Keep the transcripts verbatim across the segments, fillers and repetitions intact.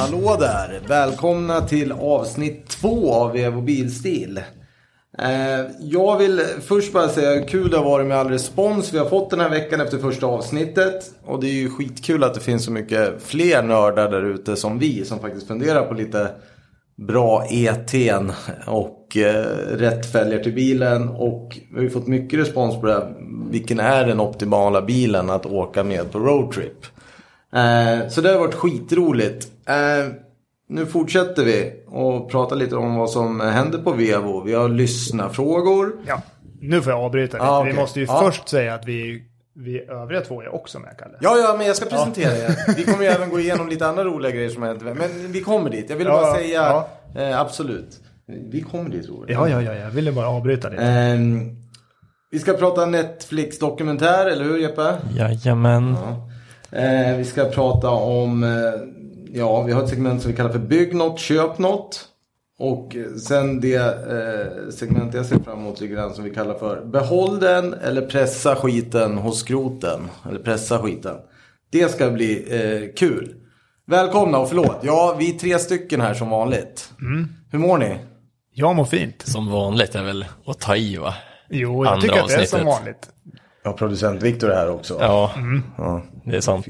Hallå där, välkomna till avsnitt två av Vevo Bilstil. eh, Jag vill först bara säga kul det har varit med all respons vi har fått den här veckan efter första avsnittet. Och det är ju skitkul att det finns så mycket fler nördar där ute som vi, som faktiskt funderar på lite bra E T:n och eh, rätt fälgar till bilen. Och vi har ju fått mycket respons på det här. Vilken är den optimala bilen att åka med på roadtrip? Eh, så det har varit skitroligt. eh, Nu fortsätter vi och pratar lite om vad som händer på Vevo. Vi har lyssnarfrågor. Ja, nu får jag avbryta lite. Ah, okay. Vi måste ju ah. först säga att vi, vi övriga två är också med, Kalle. Ja, ja, men jag ska presentera ja. er. Vi kommer ju även gå igenom lite andra roliga grejer som hänt. Men vi kommer dit. Jag vill ja, bara säga ja. eh, absolut. Vi kommer dit, tror jag. Ja, ja, ja, jag ville bara avbryta lite. Eh, vi ska prata Netflix-dokumentär, eller hur, Jeppe? Jajamän. Ja. Eh, vi ska prata om, eh, ja, vi har ett segment som vi kallar för Bygg något, köp något. Och sen det eh, segment jag ser fram emot lite grann som vi kallar för Behåll den eller pressa skiten hos skroten. Eller pressa skiten. Det ska bli eh, kul. Välkomna och förlåt. Ja, vi är tre stycken här som vanligt. Mm. Hur mår ni? Jag mår fint. Som vanligt är väl att ta i, va? Jo, jag Andra tycker att det är avsnittet. som vanligt. Ja, producent Victor är här också. Ja, Mm. Ja. det är sant.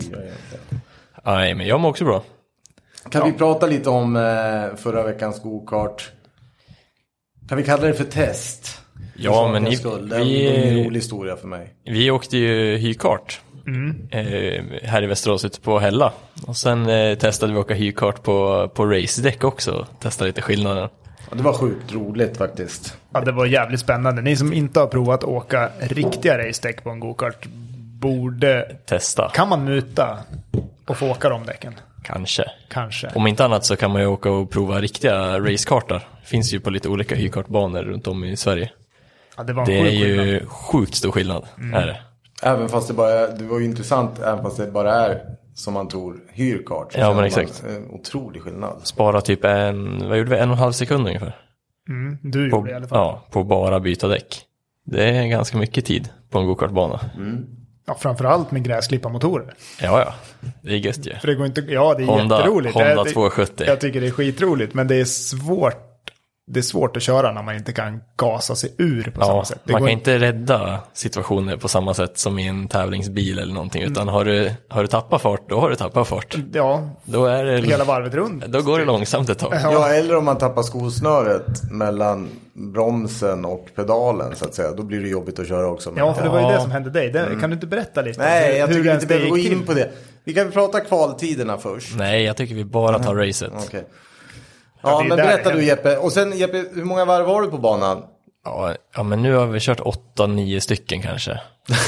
Nej, men jag mår också bra. Kan Ja. vi prata lite om eh, förra veckans go-kart? Kan vi kalla det för test? Ja, men ni, skull. Det är vi, en rolig historia för mig. vi åkte ju hyrkart Mm. eh, här i Västerås ute på Hälla. Och sen eh, testade vi åka hyrkart på, på racedäck också. Testade lite skillnader. Ja, det var sjukt roligt faktiskt. Ja, det var jävligt spännande. Ni som inte har provat att åka riktiga race-däck på en go-kart borde... Testa, Kan man muta och få åka de däcken? kanske. Kanske. Om inte annat så kan man ju åka och prova riktiga racekartar. Finns ju på lite olika hyrkartbanor runt om i Sverige. Ja, det var en Det är sjuk ju skillnad. sjukt stor skillnad. Mm. Är det. Även fast det bara är, det var ju intressant, även fast det bara är som man tror hyrkart. Så Ja, men man, exakt. en otrolig skillnad. Spara typ en, vad gjorde vi? En och en halv sekund ungefär. Mm, du På, gjorde det i alla fall. ja, på bara byta däck. Det är ganska mycket tid på en go-kartbana. Mm. Ja, framförallt med gräsklipparmotorer. Ja, ja. Det är gött ju. För det går inte... Ja, det är Honda, jätteroligt. Honda jag, tvåhundrasjuttio. jag tycker det är skitroligt, men det är svårt. Det är svårt att köra när man inte kan gasa sig ur på Ja, samma sätt. Det man går kan inte rädda situationer på samma sätt som i en tävlingsbil eller någonting. Utan har du, har du tappat fart, då har du tappat fart. Ja, Då, är det, hela varvet runt. då går det långsamt ett tag. Ja. Ja, eller om man tappar skosnöret mellan bromsen och pedalen så att säga. Då blir det jobbigt att köra också. Ja, för det var ju Ja. det som hände dig. Det, Kan du inte berätta lite? Nej, hur, jag hur tycker ens inte vi det behöver gå gick in till? på det. Vi kan prata kvaltiderna först. Nej, jag tycker vi bara tar racet. Okej. Ja, Ja, det är men där berätta det du Jeppe. Och sen Jeppe, hur många varv var du på banan? Ja, ja, men nu har vi kört åtta, nio stycken kanske.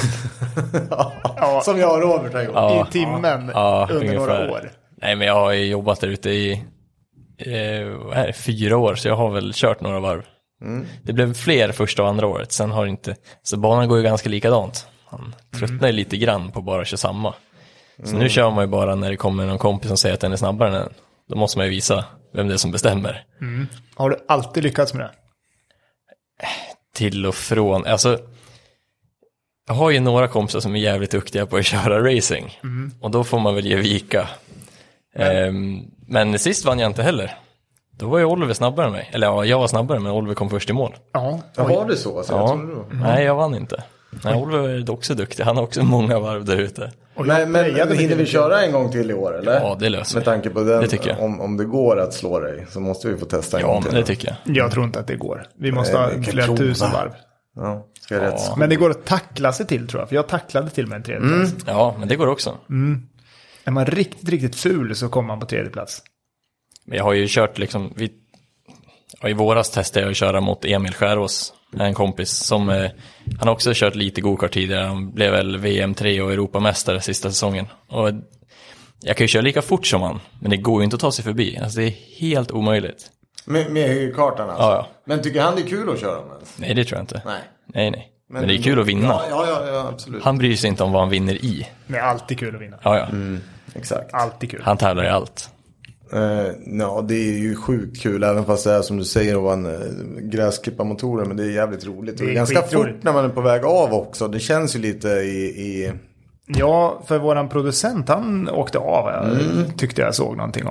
Ja. Som jag och Robert har gjort. Ja. I timmen Ja, under ungefär. några år. Nej, men jag har ju jobbat där ute i eh, vad är det, fyra år, så jag har väl kört några varv. Mm. Det blev fler första och andra året, sen har det inte... Så banan går ju ganska likadant. Han tröttnar ju lite grann på bara att köra samma. Så Mm. nu kör man ju bara när det kommer någon kompis som säger att den är snabbare än den. Då måste man ju visa vem det är som bestämmer. Mm. Har du alltid lyckats med det? Till och från, alltså... Jag har ju några kompisar som är jävligt duktiga på att köra racing. Mm. Och då får man väl ge vika. Men, ehm, men sist vann jag inte heller. Då var ju Oliver snabbare än mig. Eller ja, jag var snabbare, men Oliver kom först i mål. Ja. Ja, var det så? Alltså, jag Ja. trodde det. Nej, jag vann inte. Nej, Oliver är också duktig. Han har också många varv där ute. Och Men, jag men prejade hinner vi lite. köra en gång till i år, eller? Ja, det löser Med vi. tanke på den, Det tycker jag. Om, om det går att slå dig så måste vi få testa en Ja, gång men till. det tycker jag. Jag tror inte att det går. Vi måste Nej, ha vi kan flera prova. tusen varv. Ja, ska jag rätt. Ja. Men det går att tackla sig till, tror jag. För jag tacklade till med en tredje plats. Ja, men det går också. Är man riktigt, riktigt ful så kommer man på tredje plats. Men jag har ju kört liksom... Vi, ja, i våras testade jag att köra mot Emil Skärås, en kompis som... Eh, han har också kört lite go-kart tidigare. Han blev väl V M tre och Europamästare sista säsongen. Och jag kan ju köra lika fort som han, men det går ju inte att ta sig förbi. Alltså det är helt omöjligt. Med, med hyrkartan alltså. Ja, ja. Men tycker han det är kul att köra med? Nej, det tror jag inte. Nej. Nej, nej. Men, det är kul att vinna. Ja, ja, ja, ja absolut. Han bryr sig inte om vad han vinner i. Det är alltid kul att vinna. Ja, ja. Mm, exakt. Alltid kul. Han tävlar i allt. Uh, ja, det är ju sjukt kul. Även fast det är som du säger att vara en uh, gräsklipparmotor. Men det är jävligt roligt. Det är och ganska skitroligt. fort när man är på väg av också. Det känns ju lite i... i... Ja, för våran producent, han åkte av. Jag tyckte jag såg någonting om.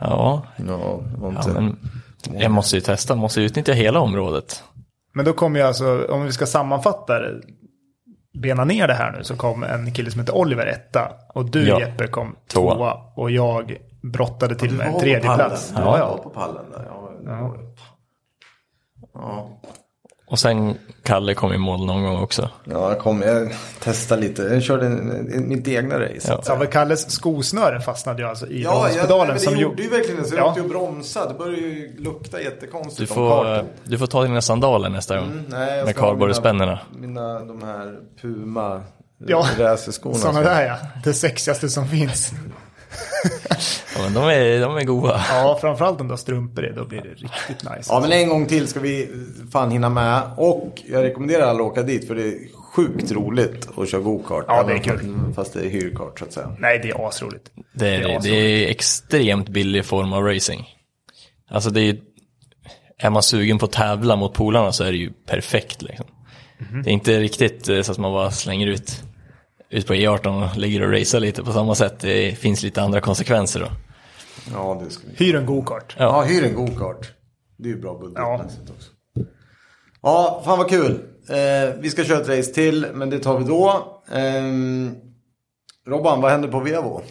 Ja, Ja, ja men jag måste ju testa, måste utnyttja hela området. Men då kommer ju alltså, om vi ska sammanfatta det, bena ner det här nu, så kom en kille som heter Oliver etta. Och du Ja. Jeppe kom Tvåa. tvåa. Och jag brottade till Du med var en på tredje pallen. plats. Ja, Ja, jag var ja. på pallen där. Ja, Ja. ja. Och sen Kalle kom i mål någon gång också. Ja, jag kom, jag testade lite. Jag körde en, en, mitt egna race. Ja. Så av Kalles skosnöre fastnade jag alltså i Ja, jag, bromspedalen. men det som gjorde ju verkligen det. Så jag Ja. åkte ju och bromsade. Det började ju lukta jättekonstigt. Du om får, kartan. du får ta dina sandaler nästa gång. Mm, nej, jag med ska ha kardborrespännerna. Mina, mina, de här Puma Ja, racerskorna. sådana där ja. Det sexigaste som finns. Ja, men de är, de är goda. Ja, framförallt om du har strumpor i, då blir det riktigt nice. Ja, men en gång till ska vi fan hinna med. Och jag rekommenderar alla att åka dit, för det är sjukt roligt att köra go-kart. Ja, det är kul. Fast det är hyrkart så att säga. Nej, det är asroligt. Det är, Det är det, det är extremt billig form av racing. Alltså det är, är man sugen på att tävla mot polarna så är det ju perfekt liksom. Mm-hmm. Det är inte riktigt så att man bara slänger ut ut på E arton och ligger och racear lite på samma sätt. Det finns lite andra konsekvenser då. Ja, det ska vi. Hyr en go-kart. Ja, ja, hyr en go-kart. Det är ju bra budgetmässigt Ja. också. Ja, fan vad kul. Eh, vi ska köra ett race till, men det tar vi då. Eh, Robban, vad händer på Vevo?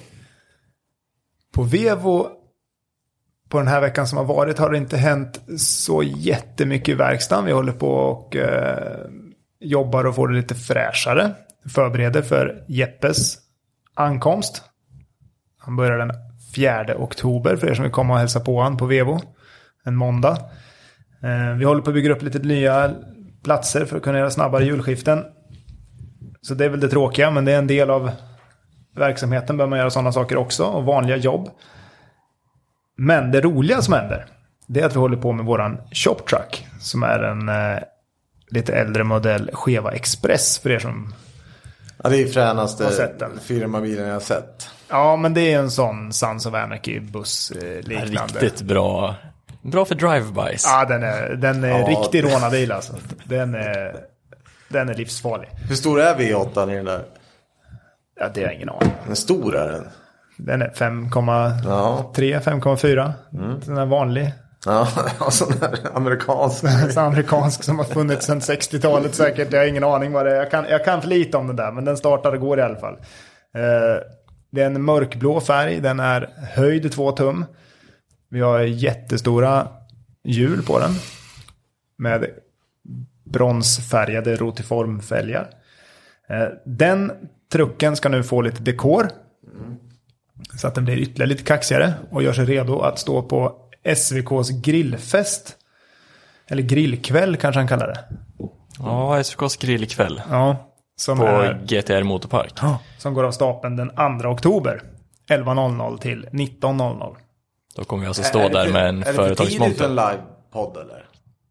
På Vevo, på den här veckan som har varit, har det inte hänt så jättemycket i verkstaden. Vi håller på och eh, jobbar och får det lite fräschare. Förbereder för Jeppes ankomst. Han börjar den fjärde oktober för er som vill komma och hälsa på han på Vevo. En måndag. Eh, vi håller på att bygga upp lite nya platser för att kunna göra snabbare hjulskiften. Så det är väl det tråkiga, men det är en del av verksamheten. Bör man göra sådana saker också, och vanliga jobb. Men det roliga som händer, det är att vi håller på med våran Shop Truck, som är en eh, lite äldre modell Cheva Express för er som... Ja, det är Har sett fränaste den. firmabilen jag har sett. Ja, men det är en sån Sons of Anarchy-buss eh, liknande. Riktigt bra. Bra för drive-bys. Ja, den är, den är Ja, riktig det- rånarbil alltså. Den är, den är livsfarlig. Hur stor är V åtta i den där? Ja, det är ingen aning. Den stor är den. Den är fem komma tre, fem komma fyra. Mm. Den är vanlig. Ja, sån där amerikansk. Så amerikansk som har funnits sedan sextiotalet säkert. Jag har ingen aning vad det är. Jag kan, jag kan för lite om den där, men den startade går i alla fall. Eh, det är en mörkblå färg. Den är höjd två tum. Vi har jättestora hjul på den. Med bronsfärgade rotiformfälgar. Eh, den trucken ska nu få lite dekor. Så att den blir ytterligare lite kaxigare. Och gör sig redo att stå på S V K:s grillfest. Eller grillkväll kanske han kallar det. Ja, S V K:s grillkväll. Ja, som, På är, G T R Motorpark. som går av stapeln den andra oktober. elva noll noll till nitton noll noll. Då kommer vi alltså stå Är det där för- med en Är det för tidigt för en företagsmonter. livepodd eller?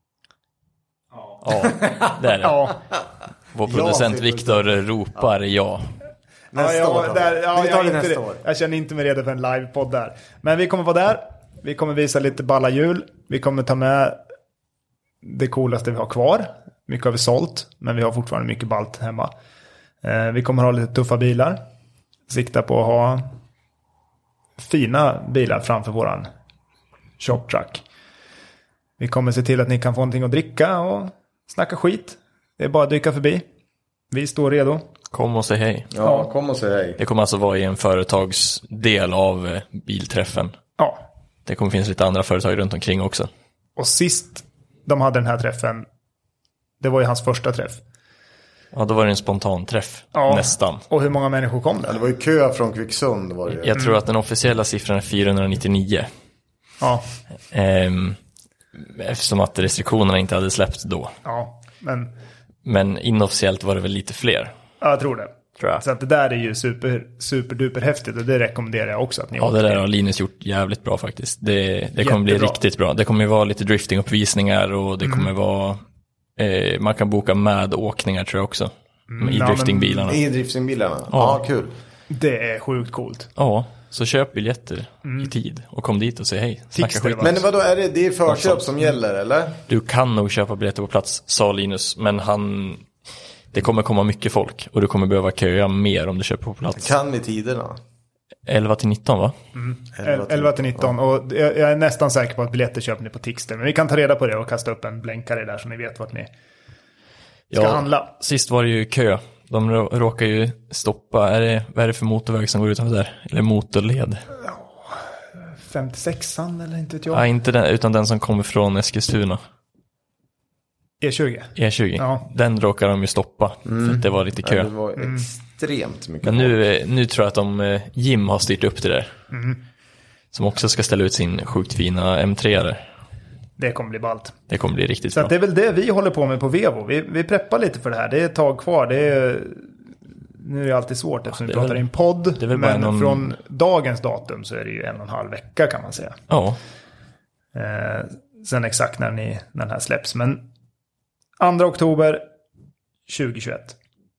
Ja, det är det. Ja, Vår Ja, producent det är Viktor ropar ja. Nästa ja, år jag, då. där, ja, Vi tar jag, det inte nästa det. år. Jag känner inte mig redo för en livepodd där. Men vi kommer vara där. Vi kommer visa lite balla hjul. Vi kommer ta med det coolaste vi har kvar. Mycket har vi sålt, men vi har fortfarande mycket ballt hemma. Eh, vi kommer ha lite tuffa bilar. Sikta på att ha fina bilar framför våran shop truck. Vi kommer se till att ni kan få någonting att dricka och snacka skit. Det är bara att dyka förbi. Vi står redo. Kom och säg hej. Ja, kom och säg hej. Det kommer alltså vara i en företagsdel av eh, bilträffen. Ja. Det kommer finnas lite andra företag runt omkring också. Och sist de hade den här träffen, det var ju hans första träff. Ja, då var det en spontan träff. Ja. Nästan. Och hur många människor kom Ja, där? det var ju kö från Kvicksund var det ju. Jag tror att den officiella siffran är fyrahundranittionio. Ja, Ehm, eftersom att restriktionerna inte hade släppt då. ja. Men Men inofficiellt var det väl lite fler. ja, jag tror det. Tror jag. Så att det där är ju super, super duper häftigt och det rekommenderar jag också att ni Ja, åker det där till. har Linus gjort jävligt bra faktiskt. Det, det kommer bli Jättebra. riktigt bra. Det kommer ju vara lite driftinguppvisningar och det kommer vara... Eh, man kan boka med åkningar tror jag också. I ja, men- driftingbilarna. I driftingbilarna. Ja, Ja. kul. Det är sjukt coolt. Ja, så köp biljetter i tid och kom dit och säg hej. Snacka Tipster, skit. va? Men vadå, är det, det är förköp sånt. som gäller eller? Du kan nog köpa biljetter på plats, sa Linus. Men han... Det kommer komma mycket folk och du kommer behöva köa mer om du köper på plats. Kan vi tiderna? elva till nitton va? Mm. elva till nitton och jag är nästan säker på att biljetter köper ni på Tixter. Men vi kan ta reda på det och kasta upp en blänkare där så ni vet vart ni ska ja, handla. Sist var det ju kö. De råkar ju stoppa. Är det, vad är det för motorväg som går utanför där? Eller motorled? femtiosexan eller inte vet jag. Ja, inte den, utan den som kommer från Eskilstuna. E tjugo. E tjugo. Ja. Den råkar de ju stoppa. Mm. För att det var lite kö. Ja, det var extremt mycket. Men nu, nu tror jag att de, Jim har styrt upp det där. Mm. Som också ska ställa ut sin sjukt fina M tre där. Det kommer bli ballt. Det kommer bli riktigt så bra. Så det är väl det vi håller på med på Vevo. Vi, vi preppar lite för det här. Det är ett tag kvar. Det är, nu är det alltid svårt eftersom vi pratar i en podd. Men någon... från dagens datum så är det ju en och en halv vecka kan man säga. Ja. Eh, sen exakt när, ni, när den här släpps. Men andra oktober tjugohundratjugoett.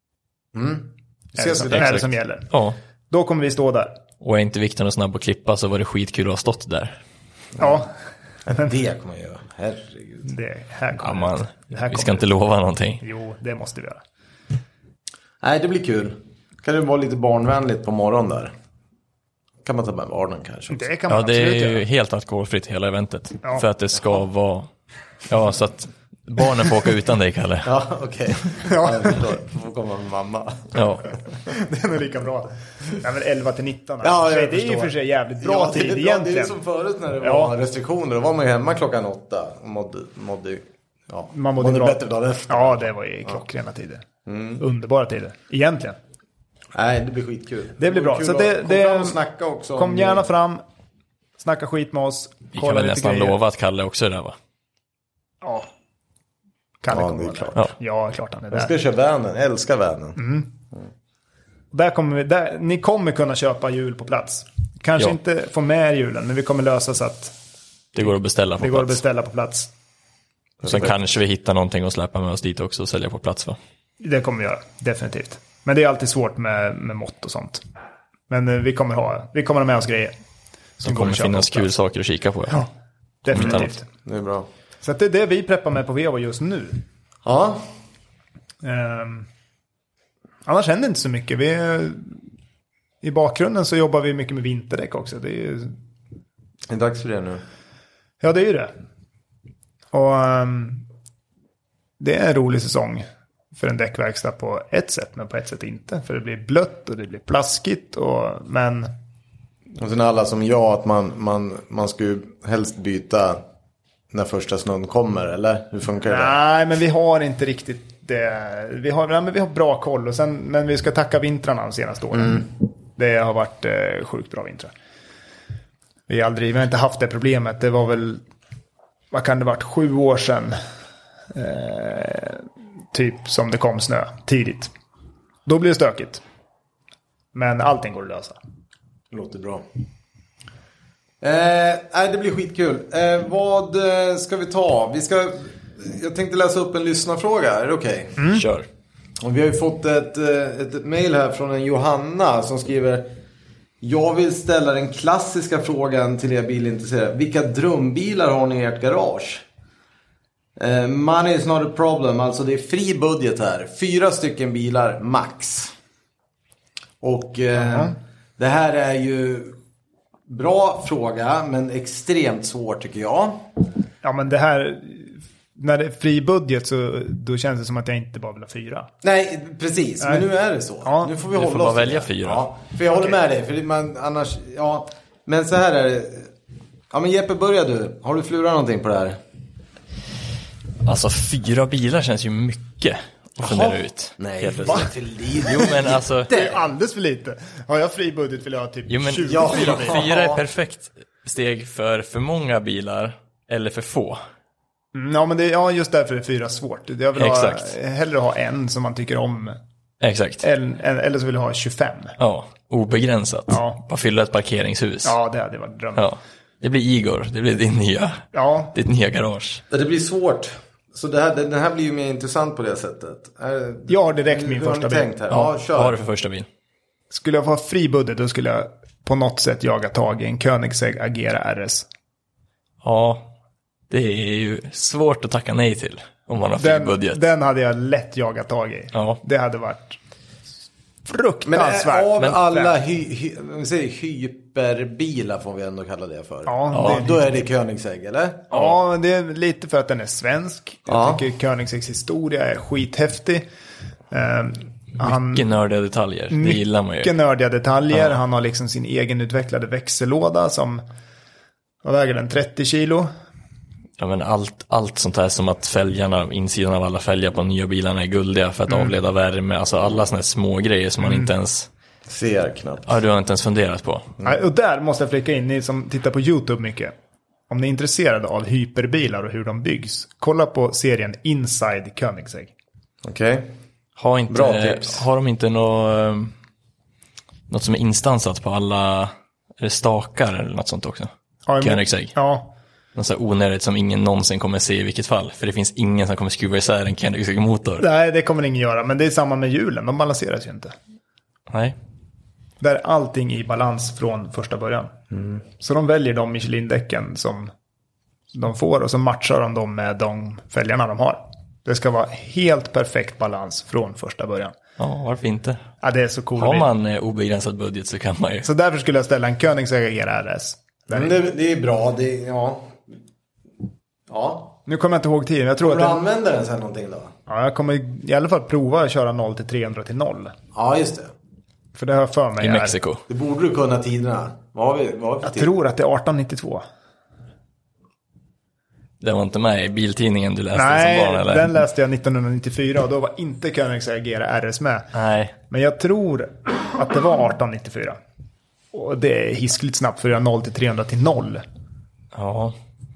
Mm. Är det, som, är det som gäller. Ja. Då kommer vi stå där. Och är inte Viktor snabb att klippa så var det skitkul att ha stått där. Ja. Det kommer jag göra. Herregud. Det här kommer ja, man, det här vi ska inte lova någonting. Jo, det måste vi göra. Nej, det blir kul. Kan det vara lite barnvänligt på morgonen där? Kan man ta med barnen kanske också? Det kan man ja, det är ju göra. helt alkoholfritt hela eventet. Ja. För att det ska Jaha. vara... Ja, så att barnen får åka utan dig, Kalle. Ja, okej. Okay. Ja. Jag förstår. Får komma med mamma. Ja. Det är nog lika bra. Ja, men elva till nitton. Ja, det är ju för sig jävligt bra ja, tid bra. egentligen. Det är som förut när det var ja. restriktioner. Då var man ju hemma klockan åtta. Och mådde, mådde, ja. Man mådde, mådde bättre dagen efter. Ja, det var ju klockrena ja. tider. Mm. Underbara tider. Egentligen. Nej, det blir skitkul. Det blir bra. Det så det, kom det, fram och snacka också. Kom gärna fram. Snacka skit med oss. Vi kan väl nästan grejer. lova att Kalle också är där, va? Ja. Kalle ja, kommer det är klart. Ja. ja, klart han är där. Jag ska köra vännen. Jag älskar vännen. Mm. Mm. Där kommer vi, där, ni kommer kunna köpa jul på plats. Kanske ja. inte få med julen, men vi kommer lösa så att det går att beställa på det plats. går att beställa på plats. Och sen kanske vi hittar någonting att släppa med oss dit också och sälja på plats, va? Det kommer vi göra, definitivt. Men det är alltid svårt med, med mått och sånt. Men eh, vi kommer ha vi kommer ha med oss grejer. Som kommer finnas kul saker att kika på. Ja, definitivt. Det är bra. Så att det är det vi preppar med på Vevo just nu. Ja. Um, annars händer inte så mycket. Vi är, i bakgrunden så jobbar vi mycket med vinterdäck också. Det är ju... Det är dags för det nu. Ja, det är ju det. Och um, det är en rolig säsong för en däckverkstad på ett sätt, men på ett sätt inte. För det blir blött och det blir plaskigt. Och, men... Och sen alla som jag, att man, man, man ska ju helst byta när första snön kommer, eller? Hur funkar det? Nej, men vi har inte riktigt det. Vi har, nej, men vi har bra koll. Och sen, men vi ska tacka vintrarna de senaste åren. Mm. Det har varit eh, sjukt bra vintrar. Vi har, aldrig, vi har inte haft det problemet. Det var väl, vad kan det varit, sju år sedan. Eh, typ som det kom snö tidigt. Då blir det stökigt. Men allting går att lösa. Låter bra. Eh, det blir skitkul. Eh, vad eh, ska vi ta? Vi ska, jag tänkte läsa upp en lyssnarfråga. Är det okej? Okay? Mm. Kör. Och vi har ju fått ett, ett, ett mejl här från en Johanna som skriver: jag vill ställa den klassiska frågan till er bilintresserade. Vilka drömbilar har ni i ert garage? Eh, money is not a problem. Alltså det är fri budget här. Fyra stycken bilar max. Och eh, mm. det här är ju bra fråga, men extremt svår tycker jag. Ja, men det här, när det är fri budget så då känns det som att jag inte bara vill ha fyra. Nej, precis. Nej. Men nu är det så. Ja. Nu får vi du hålla får oss bara välja fyra. Ja, för jag håller okay. med dig. För man, annars, ja. Men så här är det. Ja, men Jeppe, börja du. Har du flurat någonting på det här? Alltså fyra bilar känns ju mycket att fundera ut. Nej, va? För lite. Jo, men alltså... Det är alldeles för lite. Har jag fri budget vill jag ha typ jo, men, tjugo ja, bilar. Fyra är perfekt steg för för många bilar eller för få. Mm, ja, men det, ja, just därför är fyra svårt. Jag vill Exakt. ha, hellre ha en som man tycker om. Exakt. Eller, eller så vill jag ha tjugofem. Ja, obegränsat. Ja. Bara fylla ett parkeringshus. Ja, det hade varit drömmen. Ja. Det blir Igor, det blir din nya, ja. ditt nya garage. Det blir svårt. Så det här, den här blir ju mer intressant på det sättet. Jag har direkt min första bil. Tänkt här? Ja, ja, kör. Vad har du för första bil? Skulle jag få fri budget då skulle jag på något sätt jaga tag i en Koenigsegg Agera R S. Ja, det är ju svårt att tacka nej till om man har fri den, budget. Den hade jag lätt jagat tag i. Ja. Det hade varit fruktansvärt. Men av Men- alla hy, hy, vi säger hyperbilar får vi ändå kalla det för. Ja, det, då är det Koenigsegg, eller? Ja, det är lite för att den är svensk. Jag Ja. tycker Koenigsegg's historia är skithäftig. Um, han, Mycket nördiga detaljer, det gillar man ju. mycket nördiga detaljer. Han har liksom sin egen utvecklade växellåda som, vad väger den, trettio kilo? Ja, men allt, allt sånt här som att fälgarna, insidan av alla fälgar på nya bilarna är guldiga för att Mm. avleda värme. Alltså alla såna här små grejer som man inte ens, Ser knappt. ja, du har inte ens funderat på. Nej, och där måste jag flika in, ni som tittar på YouTube mycket. Om ni är intresserade av hyperbilar och hur de byggs, kolla på serien Inside Koenigsegg. Okej. Har, inte, Bra tips. har de inte något, något som är instansat på alla, är det stakar eller något sånt också? Ja, men- Koenigsegg. Ja, Något så här onödigt som ingen någonsin kommer se i vilket fall. För det finns ingen som kommer skruva isär en Koenigsegg-motor. nej, det kommer ingen göra. Men det är samma med hjulen, de balanseras ju inte. Nej. Där är allting i balans från första början. Så de väljer de Michelin-däcken som de får och så matchar de dem med de fälgarna de har. Det ska vara helt perfekt balans från första början. Ja, varför inte? Ja, det är så coolt. Har man eh, obegränsad budget så kan man ju. Så därför skulle jag ställa en Koenigsegg G R S. Men det, det är bra, det ja. Ja. Nu kommer jag inte ihåg tiden. Jag tror Får att du det, använda den sen någonting då? ja, jag kommer i alla fall prova att köra noll till trehundra till noll. Ja, just det. För det har jag för mig I är- Mexiko. Det borde du kunna tiderna. Vad har vi, vad har vi för Jag tid? tror att det är arton nittiotvå. Det var inte med i biltidningen du läste Nej, som barn eller? den läste jag nittonhundranittiofyra och då var inte Koenigsegg G R S med. Nej. Men jag tror att det var arton nittiofyra. Och det är hiskligt snabbt för att göra noll till trehundra till noll. Ja.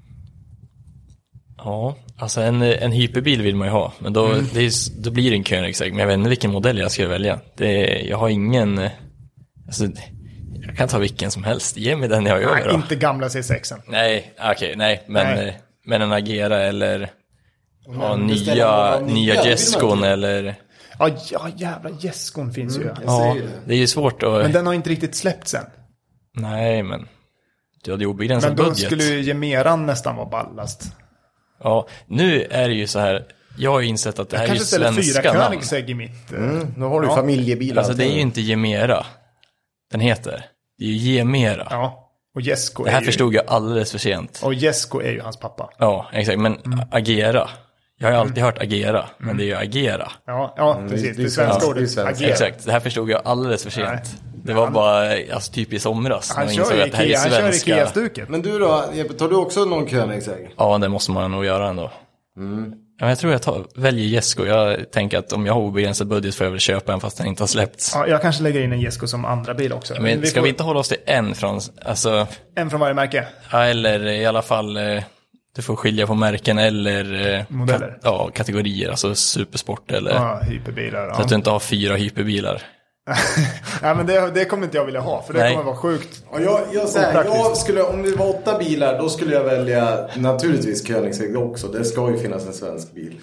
Ja, alltså en, en hyperbil vill man ju ha. Men då, Mm. det är, då blir det en Koenigsegg. Men jag vet inte vilken modell jag ska välja. Det är, jag har ingen... Alltså, jag kan ta vilken som helst. Ge mig den jag gör Nej, då. inte gamla C sexen. Nej, okej, nej. Men, Nej. eh, men en Agera eller ja, Men beställer nya, man nya, nya det vill man Jescon inte. eller... Ja, ja jävla Jescon finns ju. Jag Ja, säger det. det är ju svårt att... Men den har inte riktigt släppt sen. Nej, men... Du hade ju obegränsad Men då budget. skulle ju Gemeran nästan vara ballast. Ja, nu är det ju så här... Jag har ju insett att det här är ju Kanske ställer fyra svenska namn. Koenigsegg i mitt... eh, Mm, nu har du Ja. familjebil. Alltså det är ju inte Gemera den heter. Det är ju Gemera. Ja, och Jesco Det här är ju... förstod jag alldeles för sent. Och Jesco är ju hans pappa. Ja, exakt. Men Mm. Agera. Jag har ju alltid hört Agera, men det är ju Agera. Ja, ja det- precis. det Det, är svenska svenskt, ordet. det är svenskt. Agera. Exakt, det här förstod jag alldeles för sent. Nej. Det var Han- bara alltså, typ i somras. Han när jag kör insåg ju att det här är Ikea, han kör svenska. Ikea-stuket. Men du då, Jeppe, tar du också någon Koenigsegg? Ja, det måste man nog göra ändå. Mm. Ja, men jag tror jag tar, väljer Jesco. Jag tänker att om jag har obegränsad budget får jag väl köpa en fast den inte har släppts. Ja, jag kanske lägger in en Jesco som andra bil också. Men vi ska får vi inte hålla oss till en från, alltså, en från varje märke. ja, eller i alla fall, eh, du får skilja på märken eller eh, Modeller. Ka- ja, kategorier, alltså supersport eller Ja, hyperbilar. så att du Ja. inte har fyra hyperbilar. ja, men det, det kommer inte jag vilja ha. För det Nej. kommer vara sjukt. Och jag, jag, säger, Opraktiskt. jag skulle, om det var åtta bilar, då skulle jag välja naturligtvis Koenigsegg också. Det ska ju finnas en svensk bil.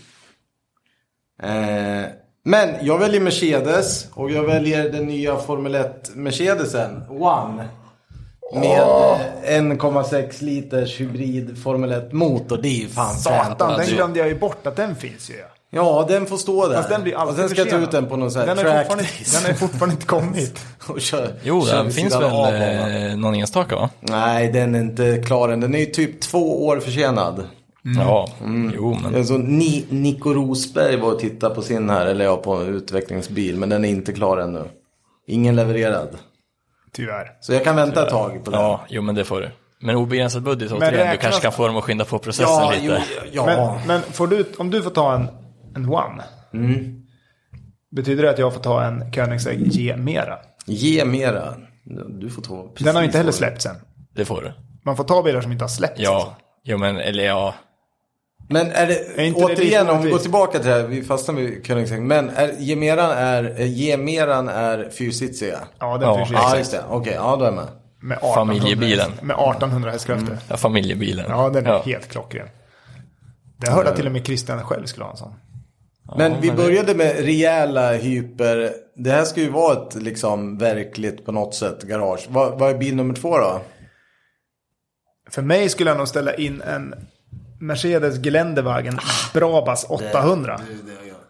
Eh, men jag väljer Mercedes och jag väljer den nya Formel ett Mercedesen One. Med oh. en komma sex liters hybrid Formel ett motor. Det är ju fan fränt. Satan, den alltså. glömde jag ju bort att den finns ju. Ja, den får stå där. Fast den blir och alltid sen ska jag ta försenad. ut den på någon sån här Den är track fortfarande, den är fortfarande inte kommit. och kör, Jo, kör den vid finns sidan väl av banan. eh, någon enstaka va? Nej, den är inte klar än. Den är ju typ två år försenad. Ja, jo men. Alltså, Ni, Nico Rosberg var och tittade på sin här, eller ja, på en utvecklingsbil. Men den är inte klar ännu. Ingen levererad. Tyvärr. Så jag kan vänta ett tag på den. Ja, jo men det får du. Men obegränsad budget Men återigen, du räknas- kanske kan få dem att skynda på processen ja, lite. jo, ja. Men, men får du, om du får ta en, en One. Betyder det att jag får ta en Koenigsegg G Mera? Ge mera. Du får ta precis Den har inte heller vad- släppts än. Det får du. Man får ta bilar som inte har släppts. Ja, jo men, eller ja. Men är det, Är inte det lite återigen om vi orättvist? går tillbaka till det här, vi fastnar vid Koenigsegg. Men är, Gemeran är, eh, Gemeran är fyrsitsig. Ja, den Ja, finns ju. Ja, just det. Okej, ja då är jag med. Med arton hundra Familjebilen. häst- Med artonhundra hästkrafter. Ja, familjebilen. Ja, den är ja. helt klockren. Det hörde jag till och med Christian själv skulle ha en sån. Men vi men det- började med rejäla hyper. Det här ska ju vara ett liksom verkligt på något sätt garage. Vad, vad är bil nummer två då? För mig skulle jag nog ställa in en Mercedes Geländewagen Brabus åttahundra.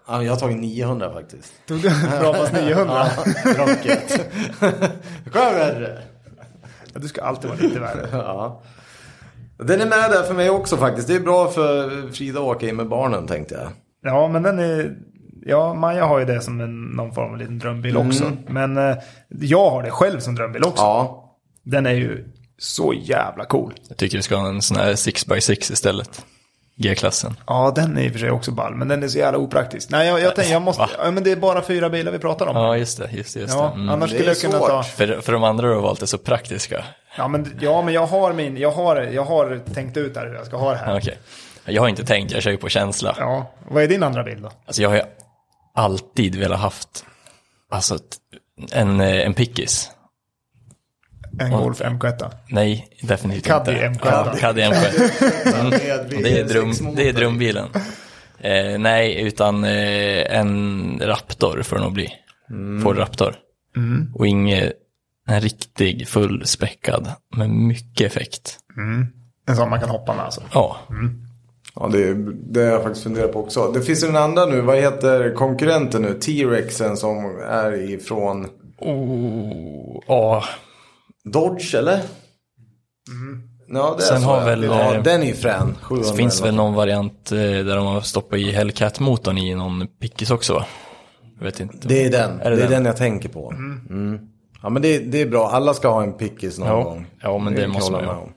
Ja, jag har tagit niohundra faktiskt. Tog du Brabus niohundra? Ja, rocket. Vad är värre? Ja, du ska alltid vara lite värre. Ja. Den är med där för mig också faktiskt. Det är bra för Frida att åka in med barnen, tänkte jag. Ja, men den är... Ja, Maja har ju det som en, någon form av liten drömbil också. Mm. Men eh, jag har det själv som drömbil också. Ja. Den är ju så jävla cool. Jag tycker vi ska ha en sån här sex by sex istället. G-klassen. Ja, den är i och för sig också ball. Men den är så jävla opraktisk. Nej, jag, jag tänkte, jag måste... Ja, men det är bara fyra bilar vi pratar om. Ja, just det. Just det, just ja, det. Mm. Annars det skulle jag kunna svårt. ta... För, för de andra har valt det så praktiska. Ja, men, ja, men jag har min... Jag har, jag har tänkt ut här hur jag ska ha det här. Ja, okej. Jag har inte tänkt, jag kör ju på känsla. Ja, vad är din andra bil då? Alltså jag har ju alltid velat haft alltså, en, en pickis. En Golf M K ett? Nej, definitivt Caddy inte. M K ett. Ja, Caddy M K ett. Mm. Det är, dröm, det är drömbilen. Eh, nej, utan eh, en Raptor får det nog bli. Mm. Ford Raptor. Mm. Och inget, en riktig fullspäckad med mycket effekt. Mm. En sån man kan hoppa med alltså. Ja. Mm. Ja, det, det har jag faktiskt funderat på också. Det finns en annan nu, vad heter konkurrenten nu? T-Rexen som är ifrån... Oh, ja. Dodge, eller? Mm. Ja, det är Sen så. har väl, ja, eh, den är ju frän. Det finns väl någon variant eh, där de har stoppat i Hellcat-motorn i någon pickis också. Jag vet inte. Det är den. Är det det är den? den jag tänker på. Mm. Mm. Ja, men det, det är bra. Alla ska ha en pickis någon Ja. gång. Ja, men det, det måste man ju ha.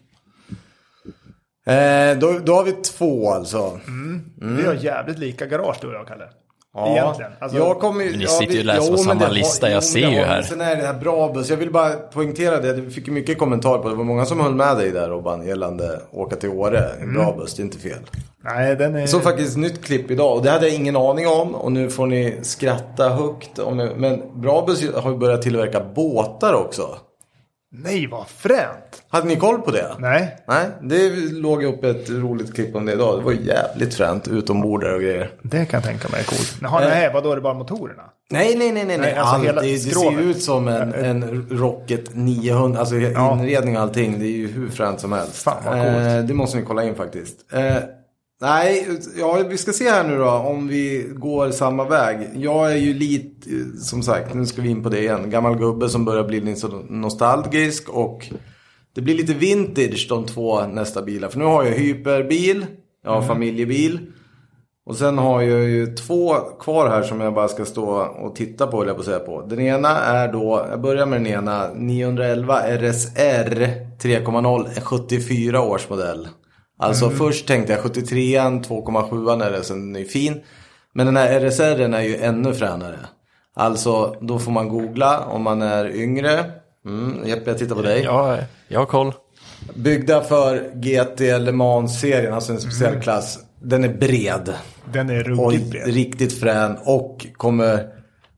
Eh, då, då har vi två alltså. Mm. Mm. Vi har jävligt lika garage du och jag, Kalle. Ja. Egentligen. Alltså, jag kommer ju, ni ja, sitter ju och läser jo, på men samma det, lista, jag jo, ser ju har, här. Sen är det här bra buss. Jag vill bara poängtera det. Vi fick ju mycket kommentar på det. Det var många som höll med dig där, Robban, gällande åka till Åre. En bra mm. buss, det är inte fel. Nej, den är... Så faktiskt ett nytt klipp idag. Och det hade jag ingen aning om. Och nu får ni skratta högt. Om jag, men bra buss har ju börjat tillverka båtar också. Nej, vad fränt. Hade ni koll på det? Nej. Nej, det låg upp ett roligt klipp om det idag. Det var jävligt fränt, utombord och grejer. Det kan jag tänka mig är coolt. Jaha, Eh. nej, vadå är det bara motorerna? Nej, nej, nej, nej. nej. alltså Allt, hela det, det ser ju ut som en, en Rocket niohundra. Alltså Ja. inredning och allting. Det är ju hur fränt som helst. Fan, vad coolt. Eh, det måste ni kolla in faktiskt. Eh, nej, ja, vi ska se här nu då. Om vi går samma väg. Jag är ju lite, som sagt, nu ska vi in på det igen. Gammal gubbe som börjar bli lite så nostalgisk. Och det blir lite vintage de två nästa bilar. För nu har jag hyperbil. Jag har mm. familjebil. Och sen har jag ju två kvar här som jag bara ska stå och titta på, eller jag på säga på. Den ena är då, jag börjar med den ena, niohundraelva R S R tre komma noll, sjuttiofyra års modell. Alltså mm. först tänkte jag sjuttiotrean, två komma sju är det, sen den är fin. Men den här R S R är ju ännu fränare. Alltså då får man googla om man är yngre. Mm, Jeppe, jag tittar på dig. Ja, jag har koll. Byggda för G T Le Mans-serien, alltså en speciell mm. klass. Den är bred. Den är ruggigt bred. Riktigt frän. Och kommer